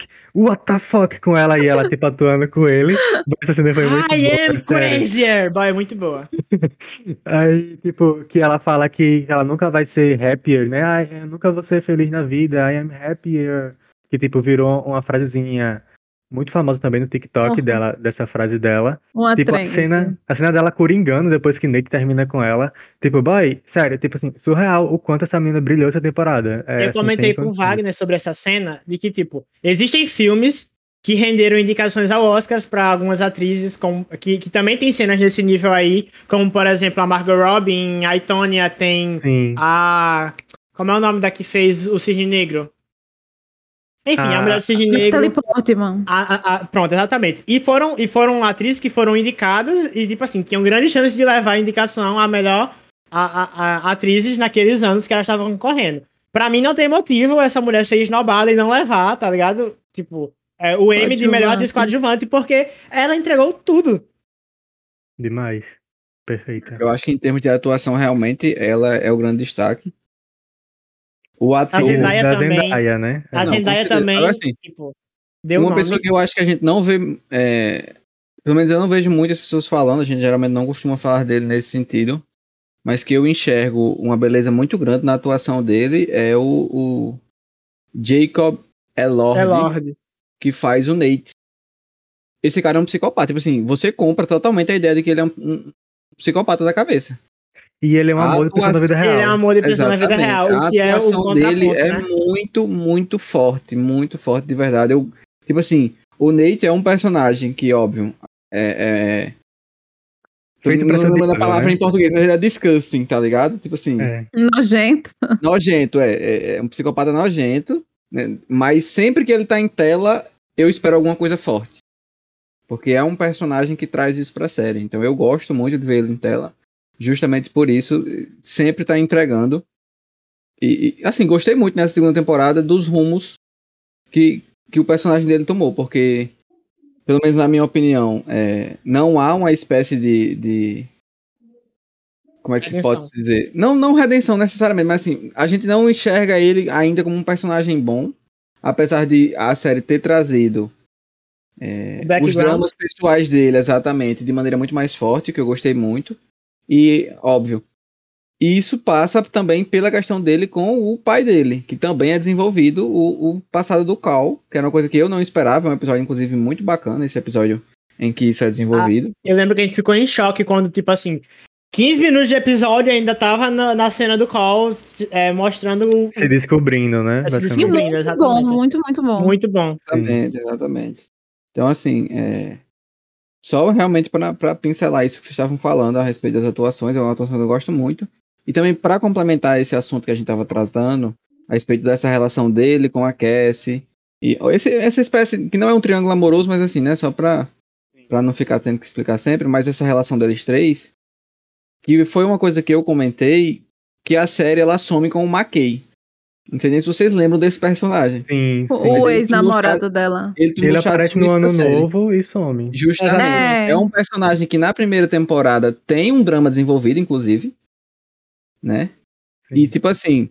fuck com ela, e ela, tipo, atuando com ele. Essa cena foi muito boa. I am crazier! Boy, muito boa. Aí, tipo, que ela fala que ela nunca vai ser happier, né? Eu nunca vou ser feliz na vida, I am happier. Que, tipo, virou uma frasezinha muito famosa também no TikTok dela, dessa frase dela. Uma tipo, trend. a cena dela coringando depois que Nate termina com ela. Tipo, boy, sério, tipo assim, surreal o quanto essa menina brilhou essa temporada. Eu comentei com o Wagner sobre essa cena, de que, tipo, existem filmes que renderam indicações ao Oscars para algumas atrizes que também tem cenas desse nível aí, como, por exemplo, a Margot Robbie, a Itonia, tem Sim. a... Como é o nome da que fez o Cisne Negro? Enfim, a mulher do Cisne Natalie Negro... Portman. Pronto, exatamente. E foram atrizes que foram indicadas e, tipo assim, tinham grandes chances de levar a indicação a melhor atrizes naqueles anos que elas estavam concorrendo. Pra mim, não tem motivo essa mulher ser esnobada e não levar, tá ligado? Tipo, o Emmy de melhor atriz coadjuvante, porque ela entregou tudo. Demais. Perfeita. Eu acho que em termos de atuação, realmente, ela é o grande destaque. O ator... A Zendaya da também. Zendaya, né? A Zendaya com certeza. também, Agora, assim, tipo, deu uma nome. pessoa que eu acho que a gente não vê... pelo menos eu não vejo muitas pessoas falando, a gente geralmente não costuma falar dele nesse sentido, mas que eu enxergo uma beleza muito grande na atuação dele é o Jacob Elordi, que faz o Nate. Esse cara é um psicopata. Tipo assim, você compra totalmente a ideia de que ele é um psicopata da cabeça. E ele é um amor de pessoa na vida real. Ele é um amor de pessoa na vida real, o que é o atuação dele contraponto, é né? muito forte de verdade. Tipo assim, o Nate é um personagem que, óbvio, Feito pra não ser lembro a odiado, palavra né? em português, mas ele é disgusting, tá ligado? Tipo assim, Nojento. nojento, é um psicopata nojento, né? Mas sempre que ele tá em tela, eu espero alguma coisa forte. Porque é um personagem que traz isso pra série. Então eu gosto muito de ver ele em tela. Justamente por isso, sempre tá entregando. E assim, gostei muito nessa segunda temporada dos rumos que o personagem dele tomou. Porque, pelo menos na minha opinião, não há uma espécie de como é que se pode dizer? Não redenção necessariamente, mas assim, a gente não enxerga ele ainda como um personagem bom. Apesar de a série ter trazido os dramas pessoais dele, exatamente, de maneira muito mais forte, que eu gostei muito. E, óbvio, isso passa também pela questão dele com o pai dele, que também é desenvolvido o passado do Cal, que era uma coisa que eu não esperava, é um episódio, inclusive, muito bacana, esse episódio em que isso é desenvolvido. Eu lembro que a gente ficou em choque quando, tipo assim, 15 minutos de episódio ainda tava na cena do Call, mostrando... Se descobrindo, né? Se descobrindo, exatamente. Muito bom. Muito bom. Exatamente. Então, assim, só realmente para pincelar isso que vocês estavam falando a respeito das atuações, é uma atuação que eu gosto muito. E também para complementar esse assunto que a gente estava tratando, a respeito dessa relação dele com a Cassie, e essa espécie, que não é um triângulo amoroso, mas assim, né, só para não ficar tendo que explicar sempre, mas essa relação deles três, que foi uma coisa que eu comentei, que a série ela some com o McKay. Não sei nem se vocês lembram desse personagem. Sim. O ex-namorado dela. Ele aparece no Ano Novo e some. Justamente. É um personagem que na primeira temporada tem um drama desenvolvido, inclusive. Né? Sim. E tipo assim,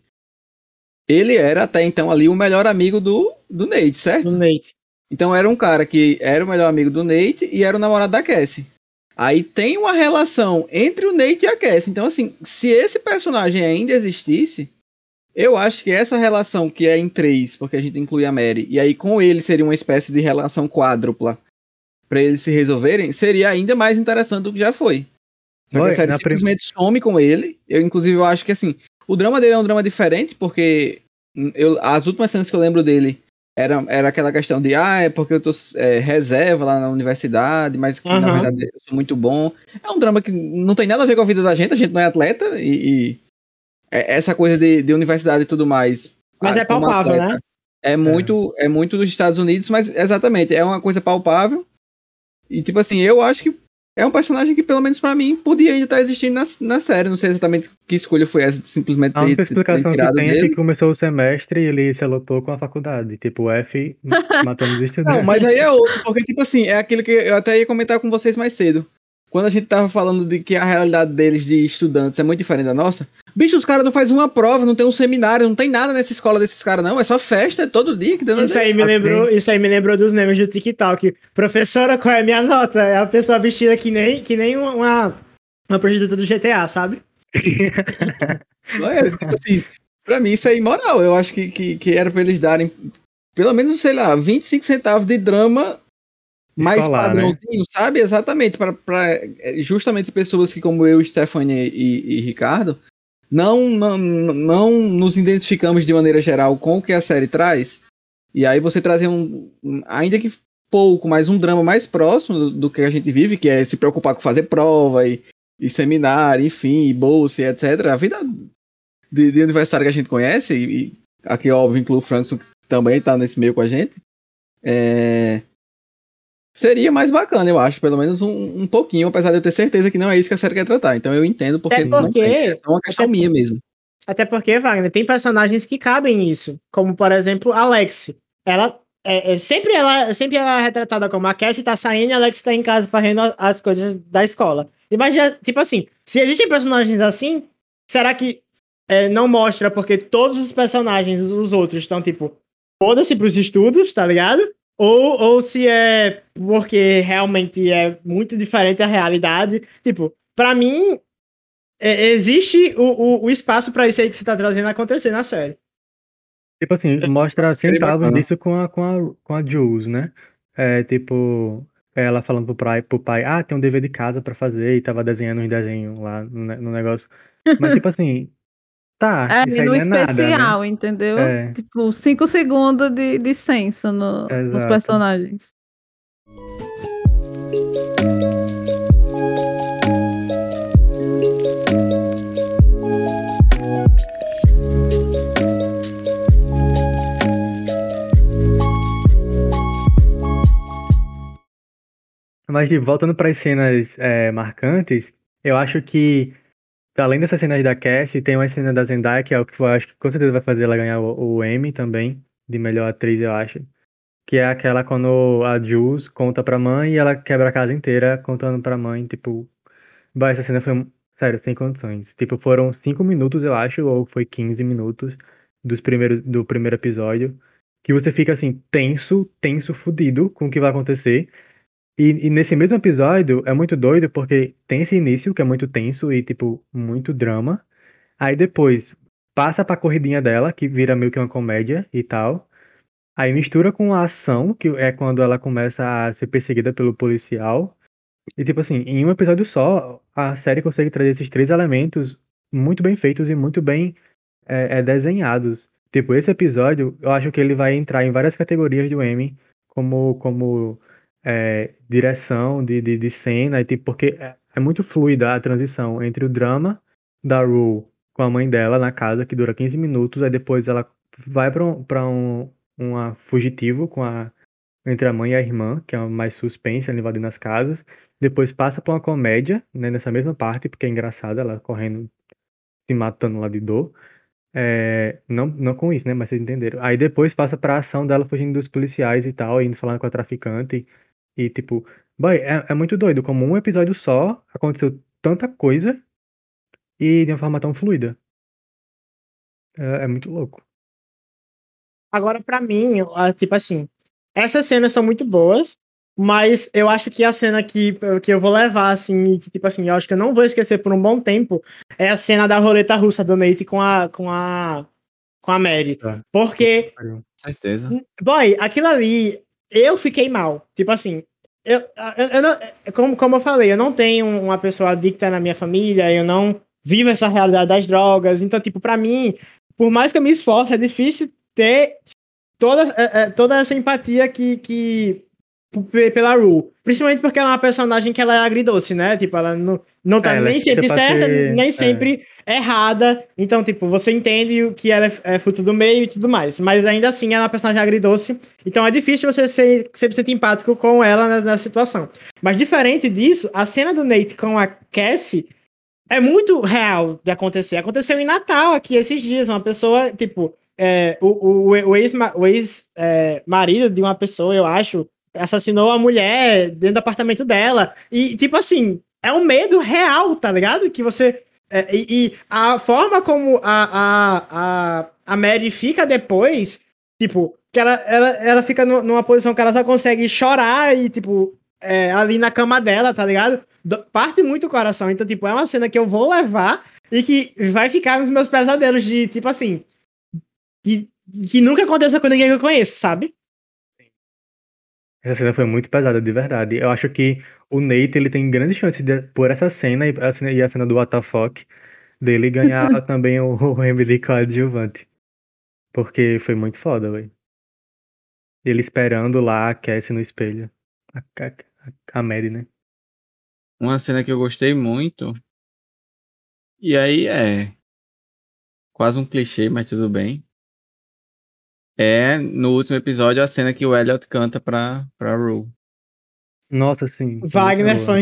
ele era até então ali o melhor amigo do Nate, certo? Do Nate. Então era um cara que era o melhor amigo do Nate e era o namorado da Cassie. Aí tem uma relação entre o Nate e a Cassie. Então assim, se esse personagem ainda existisse, eu acho que essa relação que é em 3, porque a gente inclui a Mary, e aí com ele seria uma espécie de relação quádrupla para eles se resolverem, seria ainda mais interessante do que já foi. Só que a série simplesmente some com ele. Eu acho que assim, o drama dele é um drama diferente, porque as últimas cenas que eu lembro dele era aquela questão de é porque eu tô reserva lá na universidade, mas que na verdade eu sou muito bom. É um drama que não tem nada a ver com a vida da gente, a gente não é atleta, e essa coisa de universidade e tudo mais. Mas é palpável, atleta, né? É muito dos Estados Unidos, mas exatamente, é uma coisa palpável. E tipo assim, eu acho que é um personagem que, pelo menos pra mim, podia ainda estar existindo na série. Não sei exatamente que escolha foi essa de simplesmente a única explicação tirado que tem dele. É que começou o semestre e ele se alotou com a faculdade. Tipo, o F matando os estudantes. Não, mas aí é outro, porque tipo assim, é aquilo que eu até ia comentar com vocês mais cedo. Quando a gente tava falando de que a realidade deles de estudantes é muito diferente da nossa, bicho, os caras não fazem uma prova, não tem um seminário, não tem nada nessa escola desses caras, não. É só festa todo dia. Isso aí me lembrou dos memes do TikTok. Professora, qual é a minha nota? É a pessoa vestida que nem uma prostituta do GTA, sabe? Tipo assim, pra mim isso é imoral. Eu acho que era pra eles darem pelo menos, sei lá, 25 centavos de drama mais padrãozinho, né? Sabe? Exatamente, para justamente pessoas que, como eu, Stephanie e Ricardo, não nos identificamos de maneira geral com o que a série traz. E aí você trazer ainda que pouco, mas um drama mais próximo do que a gente vive, que é se preocupar com fazer prova e seminário, enfim, e bolsa, e etc. A vida de universitário que a gente conhece, e aqui, óbvio, inclui o Frankson, que também tá nesse meio com a gente, seria mais bacana, eu acho, pelo menos um pouquinho, apesar de eu ter certeza que não é isso que a série quer tratar. Então eu entendo porque não tem, é só uma questão minha mesmo. Até porque, Wagner, tem personagens que cabem nisso, como, por exemplo, Alex. Ela sempre ela é retratada como a Cassie tá saindo e a Alex tá em casa fazendo as coisas da escola. Imagina, tipo assim, se existem personagens assim, será que não mostra porque todos os personagens, os outros, estão, tipo, foda-se pros estudos, tá ligado? Ou se é porque realmente é muito diferente a realidade. Tipo, pra mim, existe o espaço pra isso aí que você tá trazendo acontecer na série. Tipo assim, mostra Seria centavos bacana. disso com a Jules, né? Tipo, ela falando pro pai, tem um dever de casa pra fazer, e tava desenhando uns desenhos lá no negócio. Mas, tipo assim, isso aí no não é nada, né? especial, entendeu? É, Tipo, 5 segundos de senso nos exato. personagens. Mas voltando para as cenas marcantes, eu acho que, além dessas cenas da Cassie, tem uma cena da Zendaya, que é o que eu acho que com certeza vai fazer ela ganhar o Emmy também, de melhor atriz, eu acho. Que é aquela quando a Jules conta pra mãe e ela quebra a casa inteira contando pra mãe, tipo... essa cena foi, sério, sem condições. Tipo, foram 5 minutos, eu acho, ou foi 15 minutos do primeiro episódio, que você fica, assim, tenso, fudido com o que vai acontecer. E nesse mesmo episódio é muito doido porque tem esse início que é muito tenso e, tipo, muito drama. Aí depois passa pra corridinha dela, que vira meio que uma comédia e tal. Aí mistura com a ação, que é quando ela começa a ser perseguida pelo policial. E, tipo assim, em um episódio só, a série consegue trazer esses três elementos muito bem feitos e muito bem desenhados. Tipo, esse episódio, eu acho que ele vai entrar em várias categorias do Emmy, como direção de cena, e, tipo, porque é muito fluida a transição entre o drama da Rue com a mãe dela na casa, que dura 15 minutos, aí depois ela vai uma fugitivo entre a mãe e a irmã, que é uma mais suspense, ela invadindo as casas. Depois passa pra uma comédia, né, nessa mesma parte, porque é engraçado, ela correndo, se matando lá de dor. Não com isso, né? Mas vocês entenderam. Aí depois passa pra ação dela fugindo dos policiais e tal, indo falando com a traficante. E tipo, boy, é muito doido. Como um episódio só, aconteceu tanta coisa e de uma forma tão fluida. É muito louco. Agora, pra mim, tipo assim, essas cenas são muito boas, mas eu acho que a cena que eu vou levar, assim, e que, tipo assim, eu acho que eu não vou esquecer por um bom tempo, é a cena da roleta russa do Nate com a Mary. Tá. Porque, Pariu. Certeza. boy, aquilo ali, eu fiquei mal. Tipo assim, eu não, como eu falei, eu não tenho uma pessoa adicta na minha família, eu não vivo essa realidade das drogas, então, tipo, pra mim, por mais que eu me esforce, é difícil ter toda essa empatia pela Rue. Principalmente porque ela é uma personagem que ela é agridoce, né? Tipo, ela não tá Ela é nem feita sempre pra certa, ser. nem sempre errada. Então, tipo, você entende o que ela é fruto do meio e tudo mais. Mas ainda assim, ela é uma personagem agridoce. Então é difícil você ser 100% empático com ela nessa situação. Mas diferente disso, a cena do Nate com a Cassie é muito real de acontecer. Aconteceu em Natal aqui esses dias. Uma pessoa, tipo, o ex-marido de uma pessoa, eu acho, assassinou a mulher dentro do apartamento dela. E, tipo assim, é um medo real, tá ligado? Que você. E a forma como a Mary fica depois, tipo, que ela fica numa posição que ela só consegue chorar e, tipo, ali na cama dela, tá ligado? Parte muito o coração. Então, tipo, é uma cena que eu vou levar e que vai ficar nos meus pesadelos de, tipo assim, que nunca aconteceu com ninguém que eu conheço, sabe? Essa cena foi muito pesada, de verdade. Eu acho que o Nate, ele tem grandes chances por essa cena e a cena do What the Fuck dele ganhar também o Emily coadjuvante. Porque foi muito foda, velho. Ele esperando lá a Cassie no espelho. A Maddie, né? Uma cena que eu gostei muito, e aí é quase um clichê, mas tudo bem. É no último episódio a cena que o Elliot canta pra Rue. Nossa, sim. Wagner, fã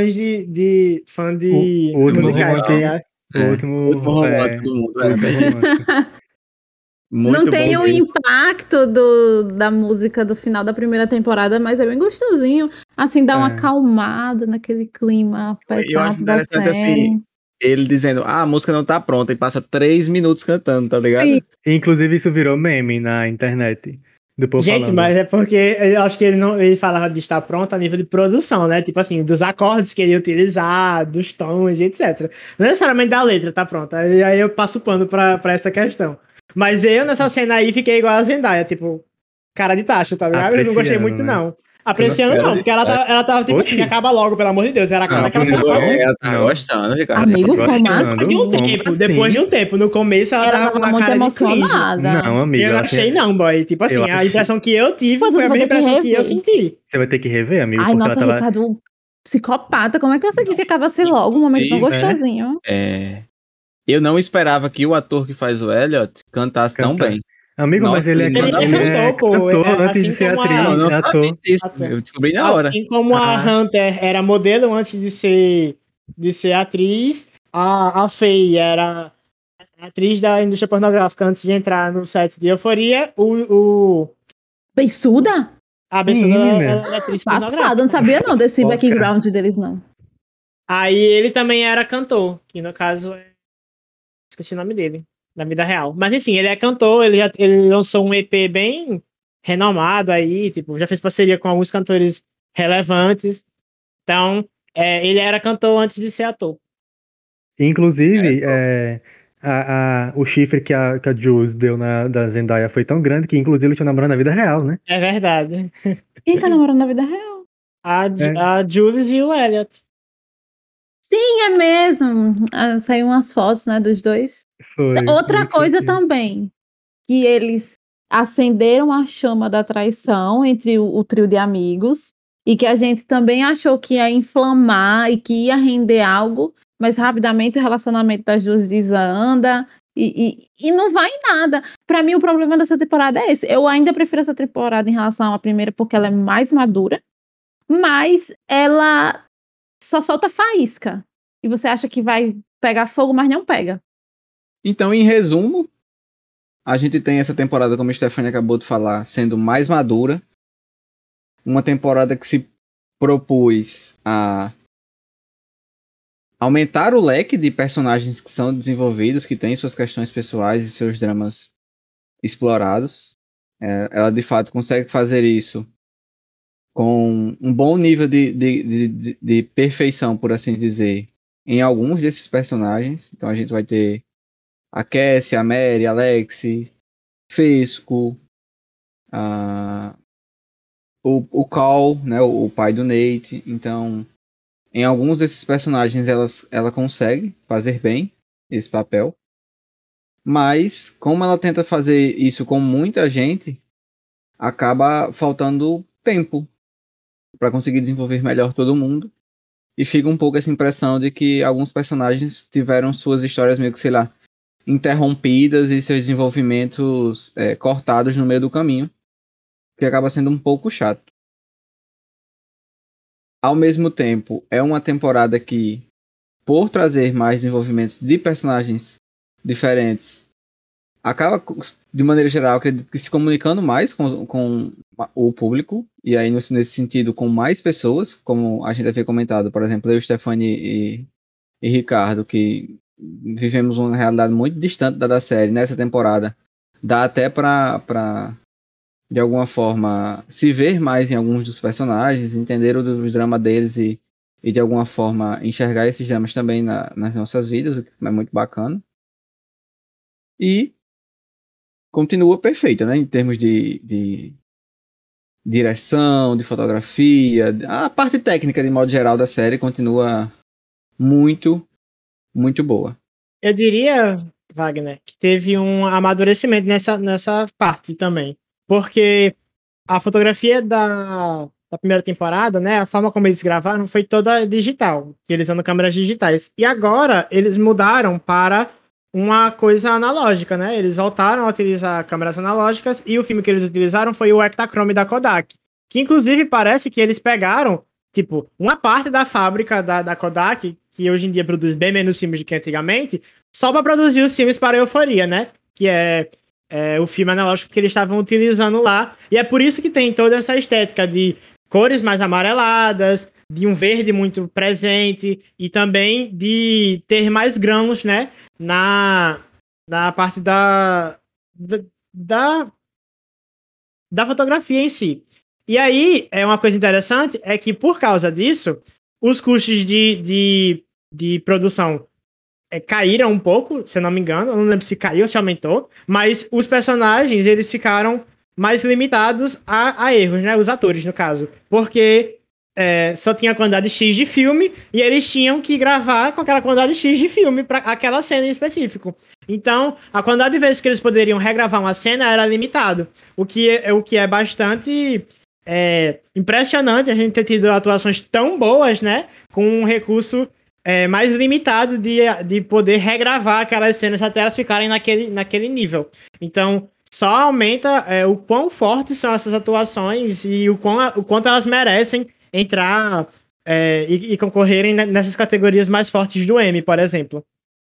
de O último musicais, tá romance. ligado? O último romântico do mundo. o último romance. Não Muito tem bom o mesmo. impacto da música do final da primeira temporada, mas é bem gostosinho. Assim, dá uma É. acalmada naquele clima Eu acho pesado da interessante série. assim, ele dizendo, a música não tá pronta, e passa 3 minutos cantando, tá ligado? Sim. Inclusive, isso virou meme na internet. Do povo Gente, falando. mas é porque eu acho que ele falava de estar pronto a nível de produção, né? Tipo assim, dos acordes que ele ia utilizar, dos tons e etc. Não necessariamente da letra, tá pronta. E aí eu passo o pano pra essa questão. Mas eu, nessa cena aí, fiquei igual a Zendaya, tipo, cara de tacho, tá ligado? Eu não gostei Apreciando, muito, né? não. Apreciando Cara não, de porque ela tava tipo assim, Oxi. acaba logo, pelo amor de Deus. Era a cara Não, que ela tava não, fazendo. Ela tá não. gostando, Ricardo. Amigo, como Gostando? Depois de um assim? tempo, Como depois assim? de um tempo. No começo ela Ela tava com tava uma muito cara de cringe. emocionada. Não, amiga. Eu não ela achei tem- não, boy. Tipo assim, Eu a achei- impressão que eu tive Pois foi você a vai mesma ter que impressão que eu rever. senti. Você vai ter que rever, amigo, Ai, porque nossa, ela tava. Ricardo, psicopata. Como é que você disse que acabasse logo um momento tão Inclusive, gostosinho? Eu não esperava que o ator que faz o Elliot cantasse tão Cantar. bem. Amigo, Nossa, mas ele é, ele manda Ele é muito. cantor, pô. cantor antes Assim de ser como Não, eu atriz, não sabia ator. disso. Eu descobri na hora. assim como a Ah. Hunter era modelo antes de ser atriz, a Faye era atriz da indústria pornográfica antes de entrar no set de Euforia, Beiçuda? a Sim, pessoa menina. era atriz Passado, eu pornográfica. não sabia não desse Foca. background deles, não. Aí ele também era cantor, que no caso esqueci o nome dele, na vida real. Mas enfim, ele é cantor, ele lançou um EP bem renomado aí, tipo, já fez parceria com alguns cantores relevantes. Então, ele era cantor antes de ser ator. Inclusive, só. o chifre que a Jules deu da Zendaya foi tão grande que, inclusive, ele tinha namorado na vida real, né? É verdade. Quem tá namorando na vida real? A Jules e o Elliot. Sim, é mesmo. Saiu umas fotos, né, dos dois. Foi Outra muito coisa fofinho. também, que eles acenderam a chama da traição entre o trio de amigos e que a gente também achou que ia inflamar e que ia render algo, mas rapidamente o relacionamento das duas desanda e não vai em nada. Pra mim, o problema dessa temporada é esse. Eu ainda prefiro essa temporada em relação à primeira porque ela é mais madura, mas ela só solta faísca. E você acha que vai pegar fogo, mas não pega. Então, em resumo, a gente tem essa temporada, como a Stephanie acabou de falar, sendo mais madura. Uma temporada que se propôs a aumentar o leque de personagens que são desenvolvidos, que têm suas questões pessoais e seus dramas explorados. Ela, de fato, consegue fazer isso com um bom nível de perfeição, por assim dizer, em alguns desses personagens. Então a gente vai ter a Cassie, a Mary, a Alex, Fesco, o Cal, né, o pai do Nate. Então, em alguns desses personagens ela consegue fazer bem esse papel. Mas, como ela tenta fazer isso com muita gente, acaba faltando tempo para conseguir desenvolver melhor todo mundo. E fica um pouco essa impressão de que alguns personagens tiveram suas histórias meio que, sei lá, interrompidas e seus desenvolvimentos cortados no meio do caminho, que acaba sendo um pouco chato. Ao mesmo tempo, é uma temporada que, por trazer mais desenvolvimentos de personagens diferentes, acaba, de maneira geral, acredito que se comunicando mais com o público, e aí nesse sentido com mais pessoas, como a gente havia comentado, por exemplo, eu, Stephanie e Ricardo, que vivemos uma realidade muito distante da série nessa temporada, dá até para de alguma forma se ver mais em alguns dos personagens, entender os dramas deles e de alguma forma enxergar esses dramas também nas nossas vidas, o que é muito bacana. E continua perfeita, né? Em termos de direção, de fotografia, a parte técnica de modo geral da série continua muito, muito boa. Eu diria, Wagner, que teve um amadurecimento nessa parte também. Porque a fotografia da primeira temporada, né? A forma como eles gravaram foi toda digital, utilizando câmeras digitais. E agora eles mudaram para uma coisa analógica, né? Eles voltaram a utilizar câmeras analógicas e o filme que eles utilizaram foi o Ektachrome da Kodak, que inclusive parece que eles pegaram, tipo, uma parte da fábrica da Kodak, que hoje em dia produz bem menos filmes do que antigamente, só para produzir os filmes para Euforia, né? Que é o filme analógico que eles estavam utilizando lá. E é por isso que tem toda essa estética de cores mais amareladas, de um verde muito presente e também de ter mais grãos, né? Na parte da fotografia em si. E aí, uma coisa interessante é que, por causa disso, os custos de produção caíram um pouco, se eu não me engano. Eu não lembro se caiu ou se aumentou. Mas os personagens, eles ficaram mais limitados a erros, né? Os atores, no caso. Porque só tinha quantidade X de filme e eles tinham que gravar com aquela quantidade X de filme para aquela cena em específico. Então, a quantidade de vezes que eles poderiam regravar uma cena era limitado. O que é bastante impressionante a gente ter tido atuações tão boas, né? Com um recurso mais limitado de poder regravar aquelas cenas até elas ficarem naquele nível. Então, só aumenta o quão fortes são essas atuações e o quanto elas merecem entrar e concorrerem nessas categorias mais fortes do Emmy, por exemplo.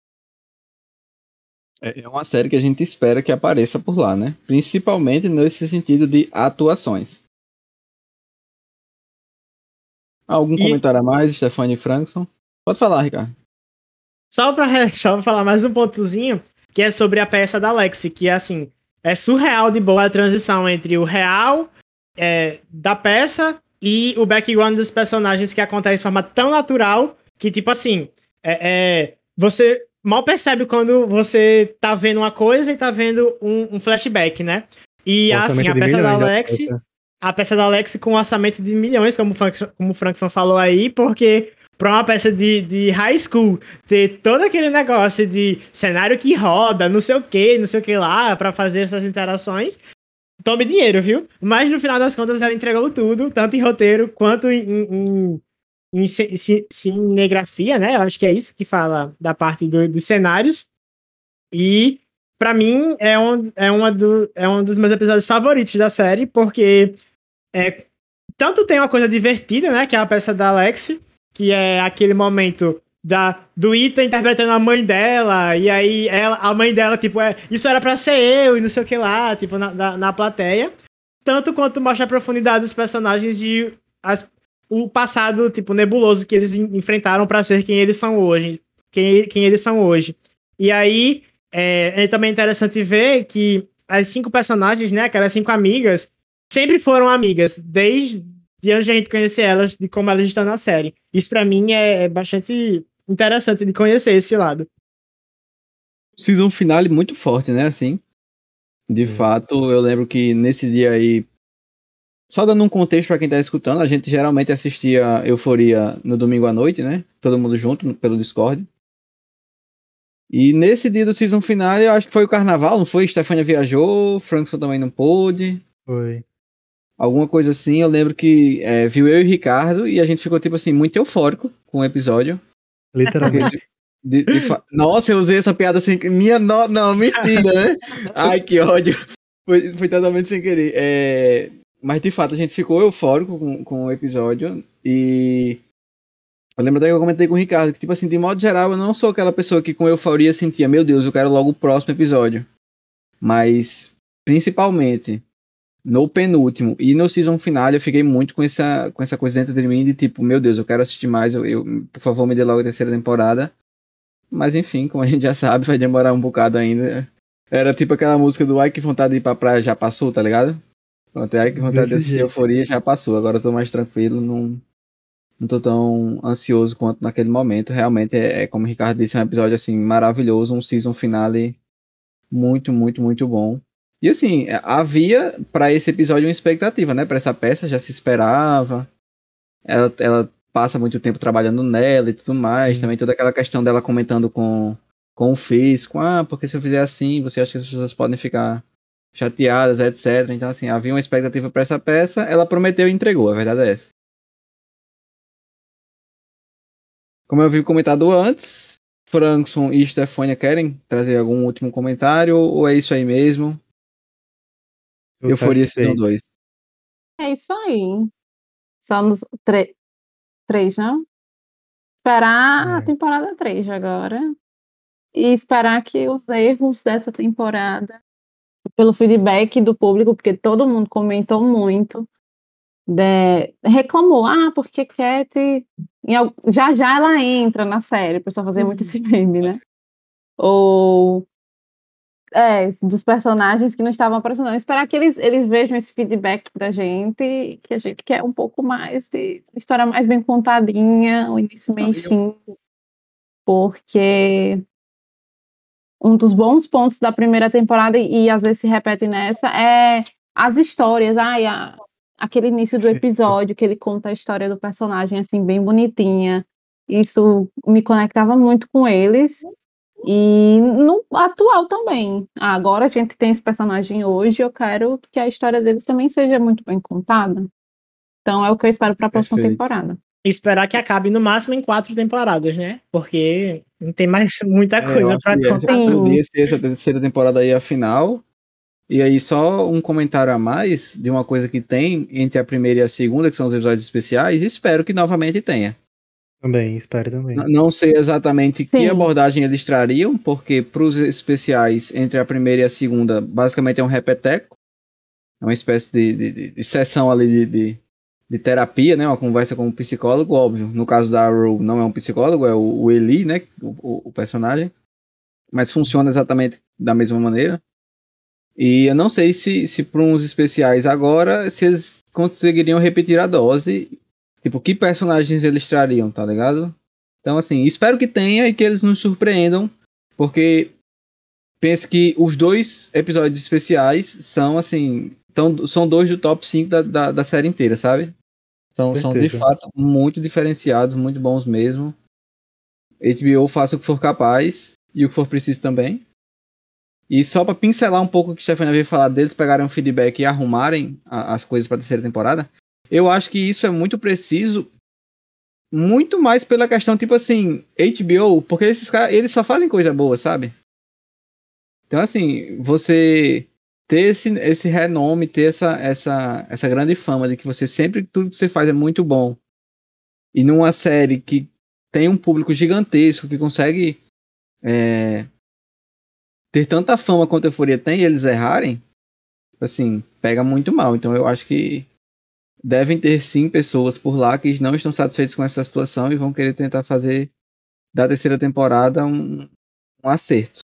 É uma série que a gente espera que apareça por lá, né? Principalmente nesse sentido de atuações. Algum comentário a mais, Stefanie Frankson? Pode falar, Ricardo. Só pra falar mais um pontozinho, que é sobre a peça da Lexi, que assim, é surreal de boa a transição entre o real da peça e o background dos personagens, que acontece de forma tão natural que, tipo assim, você mal percebe quando você tá vendo uma coisa e tá vendo um flashback, né? E assim, a peça da Lexi com um orçamento de milhões, como o Frankson falou aí, porque pra uma peça de high school ter todo aquele negócio de cenário que roda, não sei o que lá, pra fazer essas interações, tome dinheiro, viu? Mas no final das contas ela entregou tudo, tanto em roteiro quanto em cinegrafia, né? Eu acho que é isso que fala da parte dos cenários. E pra mim é um dos meus episódios favoritos da série, porque tanto tem uma coisa divertida, né? Que é a peça da Lexi, que é aquele momento do Ethan interpretando a mãe dela, e aí a mãe dela, tipo, isso era pra ser eu, e não sei o que lá, tipo, na plateia. Tanto quanto mostra a profundidade dos personagens e o passado, tipo, nebuloso que eles enfrentaram pra ser quem eles são hoje. Quem eles são hoje. E aí, também é interessante ver que as 5 personagens, né, aquelas 5 amigas, sempre foram amigas, desde antes de a gente conhecer elas, de como elas estão na série. Isso pra mim é bastante interessante de conhecer esse lado. Season finale muito forte, né, assim. De fato, eu lembro que nesse dia aí, só dando um contexto pra quem tá escutando, a gente geralmente assistia Euforia no domingo à noite, né? Todo mundo junto pelo Discord. E nesse dia do season finale, eu acho que foi o carnaval, não foi? Stefania viajou, Frankson também não pôde. Foi. Alguma coisa assim, eu lembro que viu eu e o Ricardo e a gente ficou, tipo assim, muito eufórico com o episódio. Literalmente. Nossa, eu usei essa piada sem... Não, mentira, né? Ai, que ódio. Foi totalmente sem querer. Mas, de fato, a gente ficou eufórico com o episódio. E eu lembro até que eu comentei com o Ricardo que, tipo assim, de modo geral, eu não sou aquela pessoa que com euforia sentia, meu Deus, eu quero logo o próximo episódio. Mas, principalmente no penúltimo e no season final, eu fiquei muito com essa coisa dentro de mim de tipo, meu Deus, eu quero assistir mais, por favor, me dê logo a terceira temporada. Mas enfim, como a gente já sabe, vai demorar um bocado ainda. Era tipo aquela música do Ai que vontade de ir pra praia já passou, tá ligado? Até Ai que vontade de assistir Euforia já passou, agora eu tô mais tranquilo, não tô tão ansioso quanto naquele momento. Realmente como o Ricardo disse, é um episódio assim maravilhoso, um season finale muito, muito, muito bom. E assim, havia para esse episódio uma expectativa, né? Para essa peça já se esperava. Ela passa muito tempo trabalhando nela e tudo mais. Também toda aquela questão dela comentando com o Fisco. Porque se eu fizer assim, você acha que as pessoas podem ficar chateadas, etc. Então, assim, havia uma expectativa para essa peça, ela prometeu e entregou, a verdade é essa. Como eu havia comentado antes, Frankson e Stefania querem trazer algum último comentário ou é isso aí mesmo? Tô Euforia Season satisfeito. 2. É isso aí. Só nos três, não? Esperar a É. temporada 3 agora. E esperar que os erros dessa temporada, pelo feedback do público, porque todo mundo comentou muito, reclamou, porque Cat já já ela entra na série, o pessoal fazia muito esse meme, né? Ou dos personagens que não estavam aparecendo. Não. Esperar que eles vejam esse feedback da gente, que a gente quer um pouco mais de história mais bem contadinha, o início, meio e fim, porque um dos bons pontos da primeira temporada, e às vezes se repete nessa, é as histórias. Aquele início do episódio, que ele conta a história do personagem, assim, bem bonitinha. Isso me conectava muito com eles. E no atual também. Agora a gente tem esse personagem hoje, eu quero que a história dele também seja muito bem contada. Então é o que eu espero para a próxima Perfeito. temporada. Esperar que acabe no máximo em 4 temporadas, né? Porque não tem mais muita Eu coisa acho pra que contar. poderia ser essa terceira temporada aí a final. E aí, só um comentário a mais de uma coisa que tem entre a primeira e a segunda, que são os episódios especiais, e espero que novamente tenha. Também, espero também. Não sei exatamente que Sim. abordagem eles trariam, porque para os especiais entre a primeira e a segunda, basicamente é um repeteco. É uma espécie de sessão ali de terapia, né? Uma conversa com um psicólogo, óbvio. No caso da Arrow, não é um psicólogo, é o Eli, né? O personagem. Mas funciona exatamente da mesma maneira. E eu não sei se para uns especiais agora, se eles conseguiriam repetir a dose. Tipo, que personagens eles trariam, tá ligado? Então, assim, espero que tenha e que eles nos surpreendam. Porque penso que os 2 episódios especiais são, assim... são 2 do top 5 da série inteira, sabe? Então, são de Certeza. fato muito diferenciados, muito bons mesmo. HBO faça o que for capaz e o que for preciso também. E só pra pincelar um pouco o que a Stefania veio falar deles pegarem um feedback e arrumarem as coisas pra terceira temporada, eu acho que isso é muito preciso, muito mais pela questão, tipo assim, HBO, porque esses caras, eles só fazem coisa boa, sabe? Então, assim, você ter esse renome, ter essa grande fama de que você sempre, tudo que você faz é muito bom, e numa série que tem um público gigantesco, que consegue ter tanta fama quanto a Euforia tem, e eles errarem, assim, pega muito mal. Então eu acho que devem ter sim pessoas por lá que não estão satisfeitas com essa situação e vão querer tentar fazer da terceira temporada um acerto.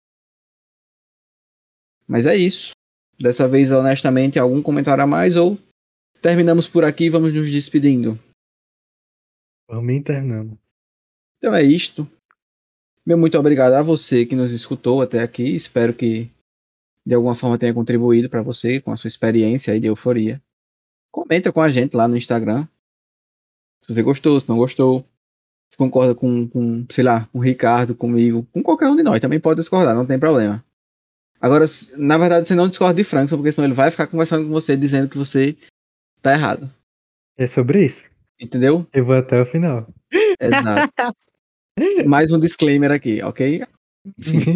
Mas é isso. Dessa vez, honestamente, algum comentário a mais ou terminamos por aqui e vamos nos despedindo? Vamos internando. Então é isto. Meu muito obrigado a você que nos escutou até aqui. Espero que de alguma forma tenha contribuído para você com a sua experiência aí de Euforia. Comenta com a gente lá no Instagram. Se você gostou, se não gostou. Se concorda sei lá, com o Ricardo, comigo, com qualquer um de nós. Também pode discordar, não tem problema. Agora, na verdade, você não discorda de Frankson, porque senão ele vai ficar conversando com você, dizendo que você tá errado. É sobre isso. Entendeu? Eu vou até o final. Exato. Mais um disclaimer aqui, ok? Enfim.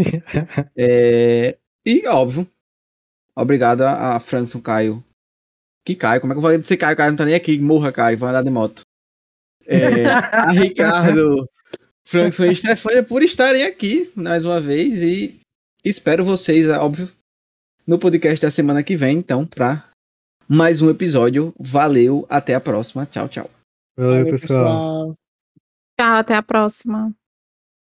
E, óbvio, obrigado a Frankson Caio. Que Caio? Como é que eu falei de ser Caio? Caio não tá nem aqui. Morra, Caio. Vai andar de moto. A Ricardo, Frankson e Stefania por estarem aqui mais uma vez e espero vocês, óbvio, no podcast da semana que vem, então, para mais um episódio. Valeu, até a próxima. Tchau, tchau. Valeu, pessoal. Tchau, até a próxima.